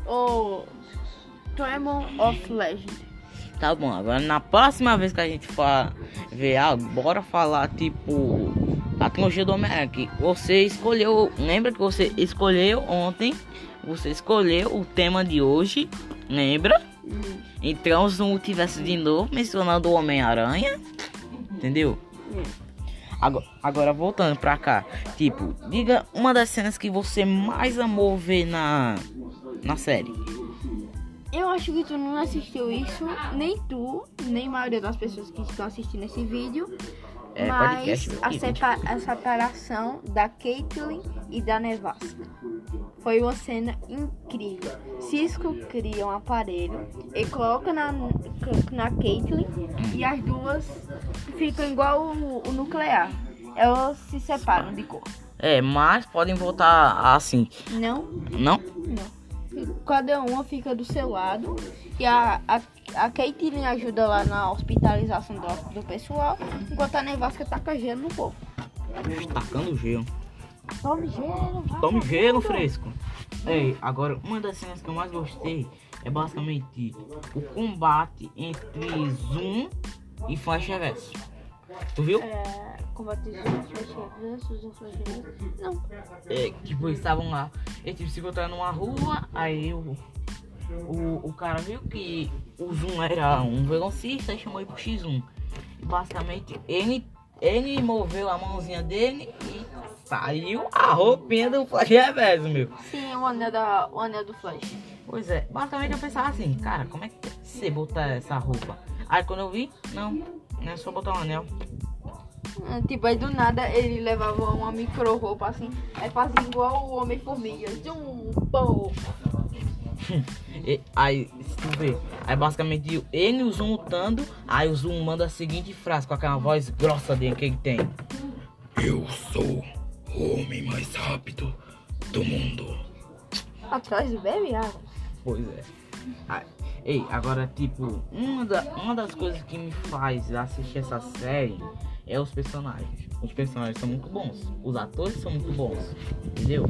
O Tremor of Legend. Tá bom, agora na próxima vez que a gente for ver algo, bora falar tipo a trilogia do Homem-Aranha. Que você escolheu, lembra que você escolheu ontem, você escolheu o tema de hoje, lembra? Uhum. Entramos no multiverso de novo, mencionando o Homem-Aranha, entendeu? Uhum. Agora, agora voltando pra cá, tipo, diga uma das cenas que você mais amou ver na, na série. Eu acho que tu não assistiu isso, nem tu, nem a maioria das pessoas que estão assistindo esse vídeo. É, mas podcast, a, sepa a separação da Caitlyn e da Nevasca foi uma cena incrível. Cisco cria um aparelho e coloca na, na Caitlyn e as duas ficam igual o, o nuclear. Elas se separam de cor. É, mas podem voltar assim. Não? Não? Não. Cada uma fica do seu lado e a, a, a Caitlyn ajuda lá na hospitalização do, do pessoal, enquanto a Nevasca taca gelo no povo. Tacando gelo. Tome gelo, vai. Tome gelo fresco. Ei, agora uma das cenas que eu mais gostei é basicamente o combate entre Zoom e Flash Reverso. Tu viu? É, combate Zoom, Flash Reverso, Zoom, Flash Reverso. Não. É, tipo, eles estavam lá, eles tipo, se encontraram numa rua, aí o, o, o cara viu que o Zoom era um velocista e chamou ele pro X um. E basicamente ele, ele moveu a mãozinha dele e saiu a roupinha do Flash Reverso, meu. Sim, o anel, da, o anel do Flash. Pois é, basicamente eu pensava assim, cara, como é que você botar essa roupa? Aí quando eu vi, não, não é só botar um anel. Tipo, aí do nada ele levava uma micro roupa assim, aí fazia igual o Homem-Formiga. Zum, pô. E, aí, se tu vê, aí basicamente ele e o Zoom lutando, aí o Zoom manda a seguinte frase com aquela voz grossa dele que ele tem: eu sou o homem mais rápido do mundo. Atrás do bebê, ah. Pois é. Aí, ei, agora tipo, uma, da, uma das coisas que me faz assistir essa série é os personagens. Os personagens são muito bons, os atores são muito bons, entendeu?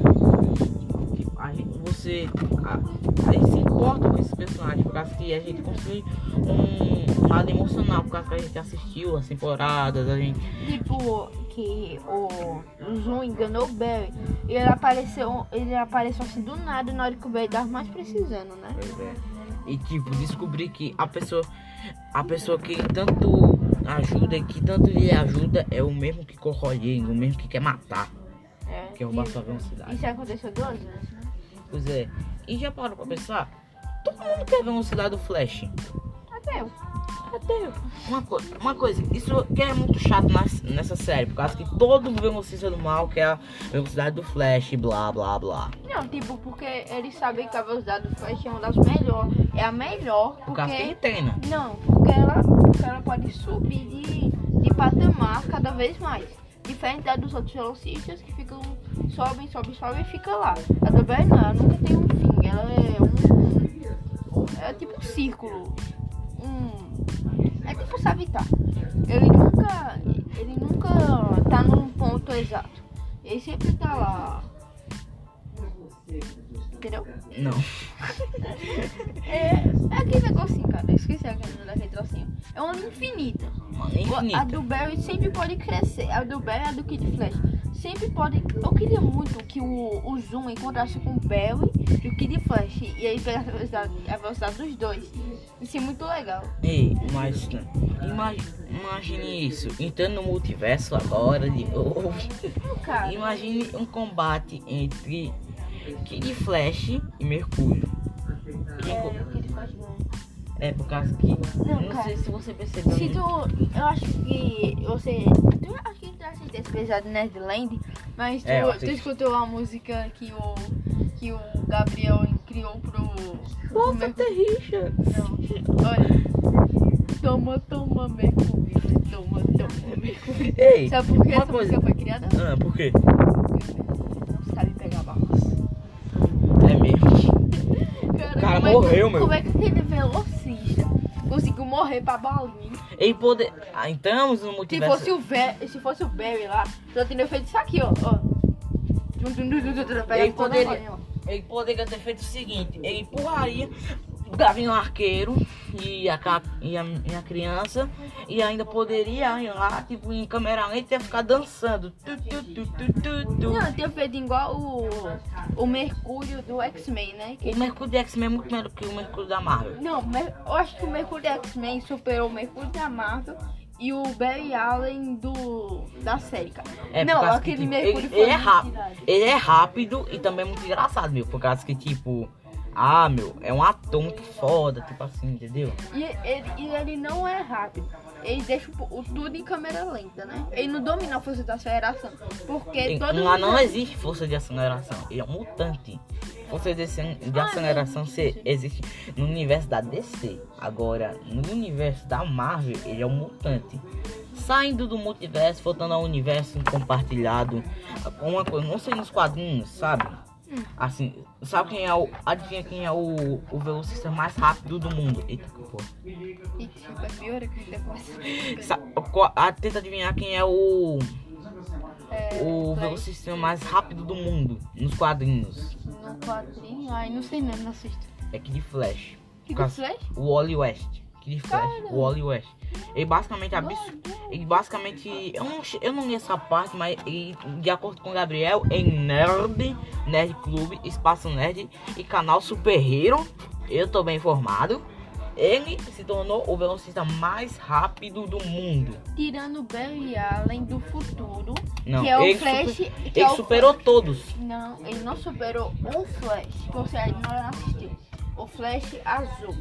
Tipo, a gente, você, a, a gente se importa com esses personagens por causa que a gente construi um, um lado emocional, por causa que a gente assistiu as temporadas, a gente... Tipo, que o, o Zoom enganou o Barry e ele apareceu, ele apareceu assim do nada na hora que o Barry tava mais precisando, né? Pois é. E tipo, descobrir que a pessoa, a pessoa que tanto ajuda e que tanto lhe ajuda é o mesmo que corrói ele, o mesmo que quer matar, É, quer roubar sua velocidade. Isso aconteceu duas vezes, né? Pois é. E já parou pra pensar? Todo mundo quer a velocidade do Flash. Até eu. Até eu. Uma, co uma coisa, isso que é muito chato nas, nessa série, por causa que todo velocista do mal quer a velocidade do Flash, blá blá blá. Não, tipo, porque eles sabem que a velocidade do Flash é uma das melhores. É a melhor. Por causa que ele treina. Não, porque ela, porque ela pode subir de, de patamar cada vez mais. Diferente da dos outros velocistas que ficam, sobem, sobem, sobem e fica lá. A do Barry não, ela nunca tem um fim, ela é um... é tipo um círculo. Um, é tipo Savitar. Ele nunca, ele nunca tá num ponto exato. Ele sempre tá lá. Entendeu? Não. É, é aquele negocinho, cara. Eu esqueci a caneta daquele trocinho. É uma linha infinita. Uma linha infinita. A do Barry sempre pode crescer. A do Barry e a do Kid Flash sempre pode. Eu queria muito que o, o Zoom encontrasse com o Barry e o Kid Flash. E aí pegasse a velocidade, a velocidade dos dois. Isso é muito legal. Ei, mas imagine, imagine isso. Entrando no multiverso agora de novo. Cara, Imagine um combate entre Kid Flash e Mercúrio. é, o Kid Flash não. É por causa que. Não, Não, cara. sei se você percebeu. Se né? tu, eu acho que você, tu, acho que tu assistiu esse episódio de Nerdland, mas tu, É, eu tu assisti. escutou a música que o, que o Gabriel criou pro... Nossa, Mercúrio? Terricha. Não, olha, toma, toma Mercúrio, toma, toma Mercúrio. Ei, Sabe por que uma essa coisa. música foi criada? Ah, por quê? Porque não sabe pegar balas. É mesmo. Cara, cara como é morreu, que, meu. Como é que aquele velocista conseguiu morrer pra balinha? Ele poder. Ah, entramos no Se multiverso. fosse o Barry, se fosse o Barry lá, já teria feito isso aqui, ó. ó. Tum, tum, tum, tum, tum, tum, pega Ele toda a poderia, balinha, ó. ele poderia ter feito o seguinte: ele empurraria o Gavião Arqueiro e a, ca- e, a, e a criança, e ainda poderia ir lá, tipo, em câmera lenta e ficar dançando. Tu, tu, tu, tu, tu, tu. Não, tinha feito igual o, o Mercúrio do X-Men, né? Que O Mercúrio de X-Men é muito melhor que o Mercúrio da Marvel. Não, Mer- eu acho que o Mercúrio do X-Men superou o Mercúrio da Marvel e o Barry Allen do da série, cara. É, por não, causa que, aquele tipo, Mercúrio ele, foi ele é muito rápido. irado. Ele é rápido e também muito engraçado, meu. Por causa que, tipo, ah, meu, é um ator muito foda, tipo assim, entendeu? E ele, e ele não é rápido. Ele deixa o, o tudo em câmera lenta, né? Ele não domina a força da aceleração. Porque Ele- todo Lá mundo... não existe força de aceleração, ele é um mutante. Força de, acen- de aceleração se existe no universo da D C. Agora, no universo da Marvel, ele é um mutante. Saindo do multiverso, voltando ao universo compartilhado. Uma coisa, não sei nos quadrinhos, sabe? Assim, sabe quem é o. Adivinha quem é o, o velocista mais rápido do mundo? Eita, que porra. E tipo, é pior que depois. Sa- qual- ah, tenta adivinhar quem é o. É, O Flash velocista mais rápido do mundo nos quadrinhos. no quadrinho. Ai, não sei mesmo, não assisto. É Kid Flash. Kid Por causa- Flash? O Wally West. Kid Flash. Caramba. O Wally West. Ele basicamente abs... Ele basicamente. Eu não, che- eu não li essa parte, mas ele, de acordo com o Gabriel, em Nerd, Nerd Clube, Espaço Nerd e canal Super Hero, eu tô bem informado. Ele se tornou o velocista mais rápido do mundo. Tirando o Barry Allen do futuro, Não, que é o ele, Flash. super- que ele é o superou todos. Não, ele não superou o Flash, que você ainda não assistiu. O Flash azul.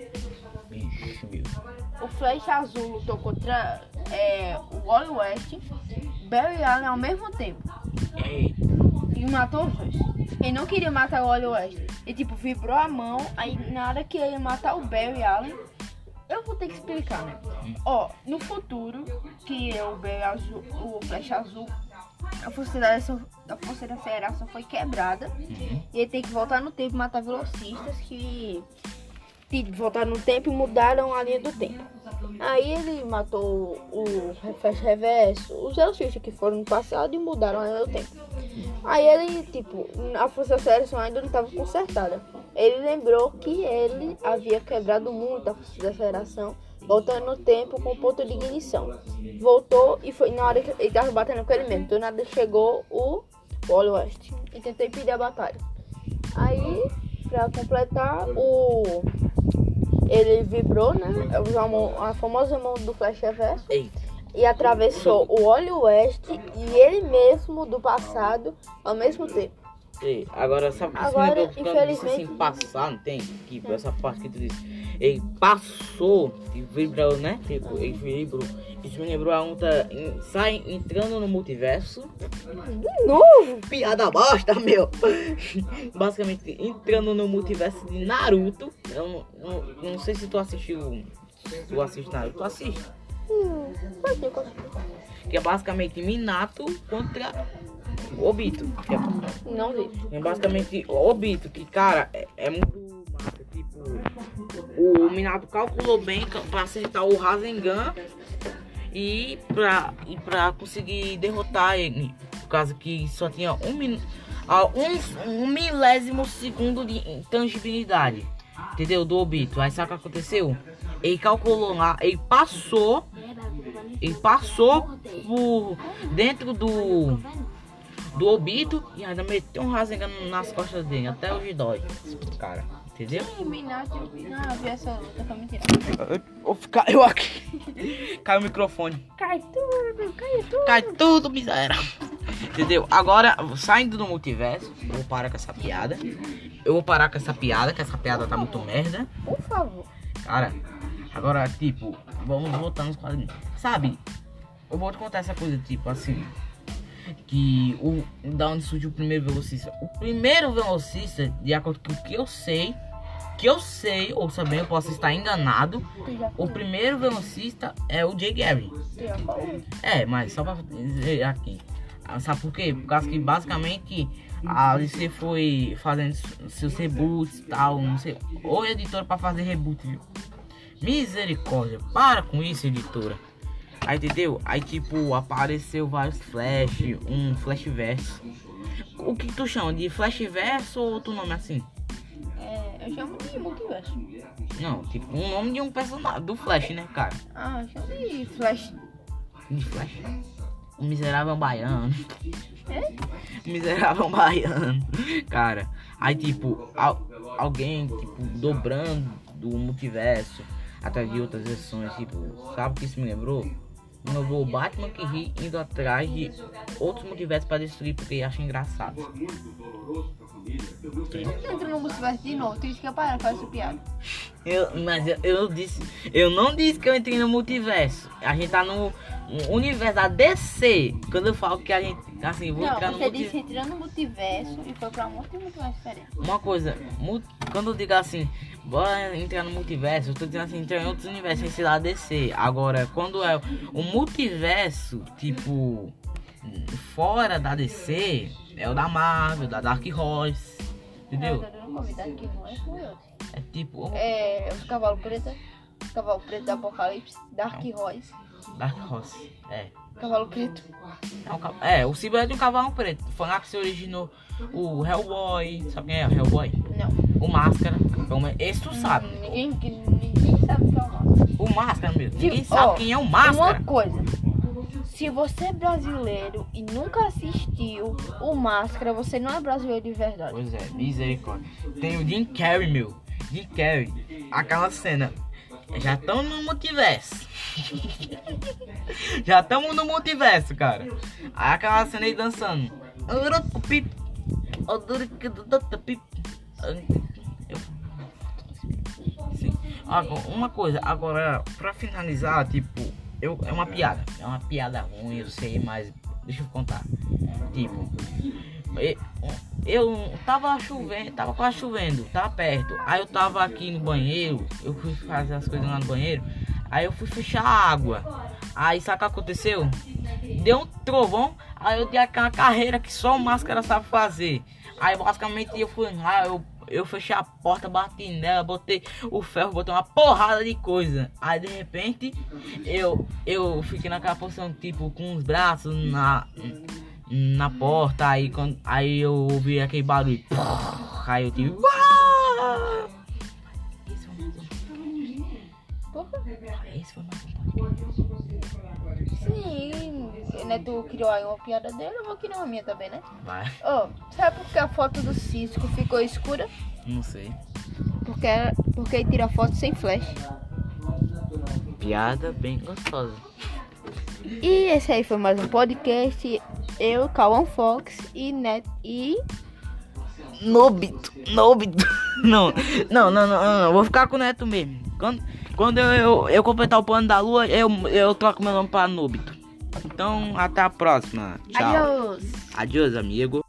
Bicho, meu. O Flash azul lutou contra é, o Wally West, Barry Allen ao mesmo tempo. Ei, E matou os dois. Ele não queria matar o Wally West. Ele tipo vibrou a mão, aí na hora que ele ia matar o Barry Allen, eu vou ter que explicar, né? Ó, no futuro, que é o Barry azul, o Flash azul, a força da aceleração, a força da aceleração foi quebrada. Uhum. E ele tem que voltar no tempo e matar velocistas que, que voltaram no tempo e mudaram a linha do tempo. Aí ele matou o Flash Reverso, os velocistas que foram no passado e mudaram a linha do tempo. Aí ele, tipo, a força da aceleração ainda não estava consertada. Ele lembrou que ele havia quebrado muito a força da aceleração, voltando no tempo com o ponto de ignição. Voltou e foi na hora que ele estava batendo com ele mesmo. Do nada chegou o Wally West e tentou impedir a batalha. Aí, pra completar, o ele vibrou, né? Usou a, mão, a famosa mão do Flash Reverso Eita. e atravessou o Wally West e ele mesmo do passado ao mesmo tempo. Ei, agora sabe o que Agora, se me deu infelizmente- assim, passar, não tem? Tipo, essa parte que tu disse. Ele passou e vibrou, né? Tipo, ele vibrou. Isso me lembrou a luta em- sai entrando no multiverso. De novo? Piada bosta, meu! Basicamente, entrando no multiverso de Naruto. Eu não, não, não sei se tu assistiu Tu assiste Naruto? Tu assiste? Hum, pode ser, pode ser. Que é basicamente Minato contra Obito. Que é, Não vi. é basicamente Obito, que cara, é, é muito massa. Tipo, o Minato calculou bem pra acertar o Rasengan e pra, e pra conseguir derrotar ele. Por causa que só tinha um, min, um, um milésimo segundo de intangibilidade. Entendeu? Do Obito. Aí sabe o que aconteceu? Ele calculou lá, ele passou. Ele passou por dentro do do Obito e ainda meteu um Rasengan nas costas dele. Até hoje dói. Cara, entendeu? Sim, Minato, não, vi essa luta, foi mentira. Eu, caiu aqui. Caiu o microfone. Cai tudo, cai tudo. Cai tudo, miséria. Entendeu? Agora, saindo do multiverso, eu vou parar com essa piada. Eu vou parar com essa piada, que essa piada tá muito merda. Por favor. Cara, agora, tipo, vamos voltar nos quadrinhos. Sabe, eu vou te contar essa coisa, tipo, assim, que o, da onde surgiu o primeiro velocista. O primeiro velocista, de acordo com o que eu sei, que eu sei, ou também eu posso estar enganado, o primeiro velocista é o Jay Garrick. É, mas só pra dizer aqui. Sabe por quê? Por causa que basicamente a D C foi fazendo seus reboots e tal, não sei. Ou editora pra fazer reboot, viu? Misericórdia, para com isso, editora. Aí, entendeu? Aí, tipo, apareceu vários flash, um flashverse. O que tu chama? De flashverse ou outro nome assim? É, eu chamo de multiverso. Não, tipo, um nome de um personagem, do Flash, né, cara? Ah, eu chamo de Flash. De Flash? O miserável baiano. É? O miserável baiano. Cara, aí, tipo, al alguém, tipo, dobrando do multiverso atrás de outras versões, tipo, sabe o que isso me lembrou? Me lembrou o Batman que ri indo atrás de outros multiversos para destruir porque acha engraçado. Entra no multiverso de novo, tu disse que ia parar, faz essa piada. Eu, mas eu, eu disse, eu não disse que eu entrei no multiverso. A gente tá no, no universo da D C. Quando eu falo que a gente, assim, vou Não, entrar no você multiverso. disse entrando no multiverso e foi pra um outro multiverso diferente. Uma coisa, mu- quando eu digo assim, bora entrar no multiverso, eu tô dizendo assim, entrar em outros universos sem ser da D C. Agora, quando é o multiverso, tipo, fora da D C, é o da Marvel, da Dark Horse, entendeu? Não, eu tô dando convidado que não é com outro. É tipo, É, os cavalos pretos, cavalo preto do Apocalipse, Dark Horse, Dark Horse, é. cavalo preto. É, um ca- é, o símbolo é de um cavalo preto. Foi lá que se originou o Hellboy, sabe quem é o Hellboy? Não. O Máscara, pelo menos esse tu sabe. Hum, ninguém, ninguém sabe o que é o Máscara. O Máscara mesmo, ninguém Tipo, sabe ó, quem é o Máscara. Uma coisa, se você é brasileiro e nunca assistiu o Máscara, você não é brasileiro de verdade. Pois é, misericórdia. Tem o Jim Carrey, meu. Jim Carrey. Aquela cena. Já estamos no multiverso. Já estamos no multiverso, cara. Aí aquela cena aí dançando. Sim. Agora, uma coisa, agora, pra finalizar, tipo, eu, é uma piada. É uma piada ruim, eu sei, mas deixa eu contar. Tipo, eu, eu tava chovendo, tava quase chovendo, tava perto. Aí eu tava aqui no banheiro, eu fui fazer as coisas lá no banheiro. Aí eu fui fechar a água. Aí sabe o que aconteceu? Deu um trovão, aí eu dei aquela carreira que só o Máscara sabe fazer. Aí basicamente eu fui lá, eu, eu fechei a porta, bati nela, botei o ferro, botei uma porrada de coisa. Aí de repente eu, eu fiquei naquela posição tipo com os braços na, na porta. Aí, quando, aí eu ouvi aquele barulho. Aí eu tive. Esse foi mais um podcast. Sim, né? Tu criou aí uma piada dele, eu vou criar uma minha também, né? Vai, Ó, sabe por que a foto do Cisco ficou escura? não sei. Porque, porque ele tira foto sem flash. Piada bem gostosa. E esse aí foi mais um podcast. Eu, Cauã Fox e Net e. Nobito, Nobito. Não, não, não, não, não, vou ficar com o Neto mesmo. Quando, quando eu, eu, eu completar o plano da lua, eu, eu troco meu nome pra Nobito. Então, até a próxima. Tchau. Adiós! Adiós, amigo.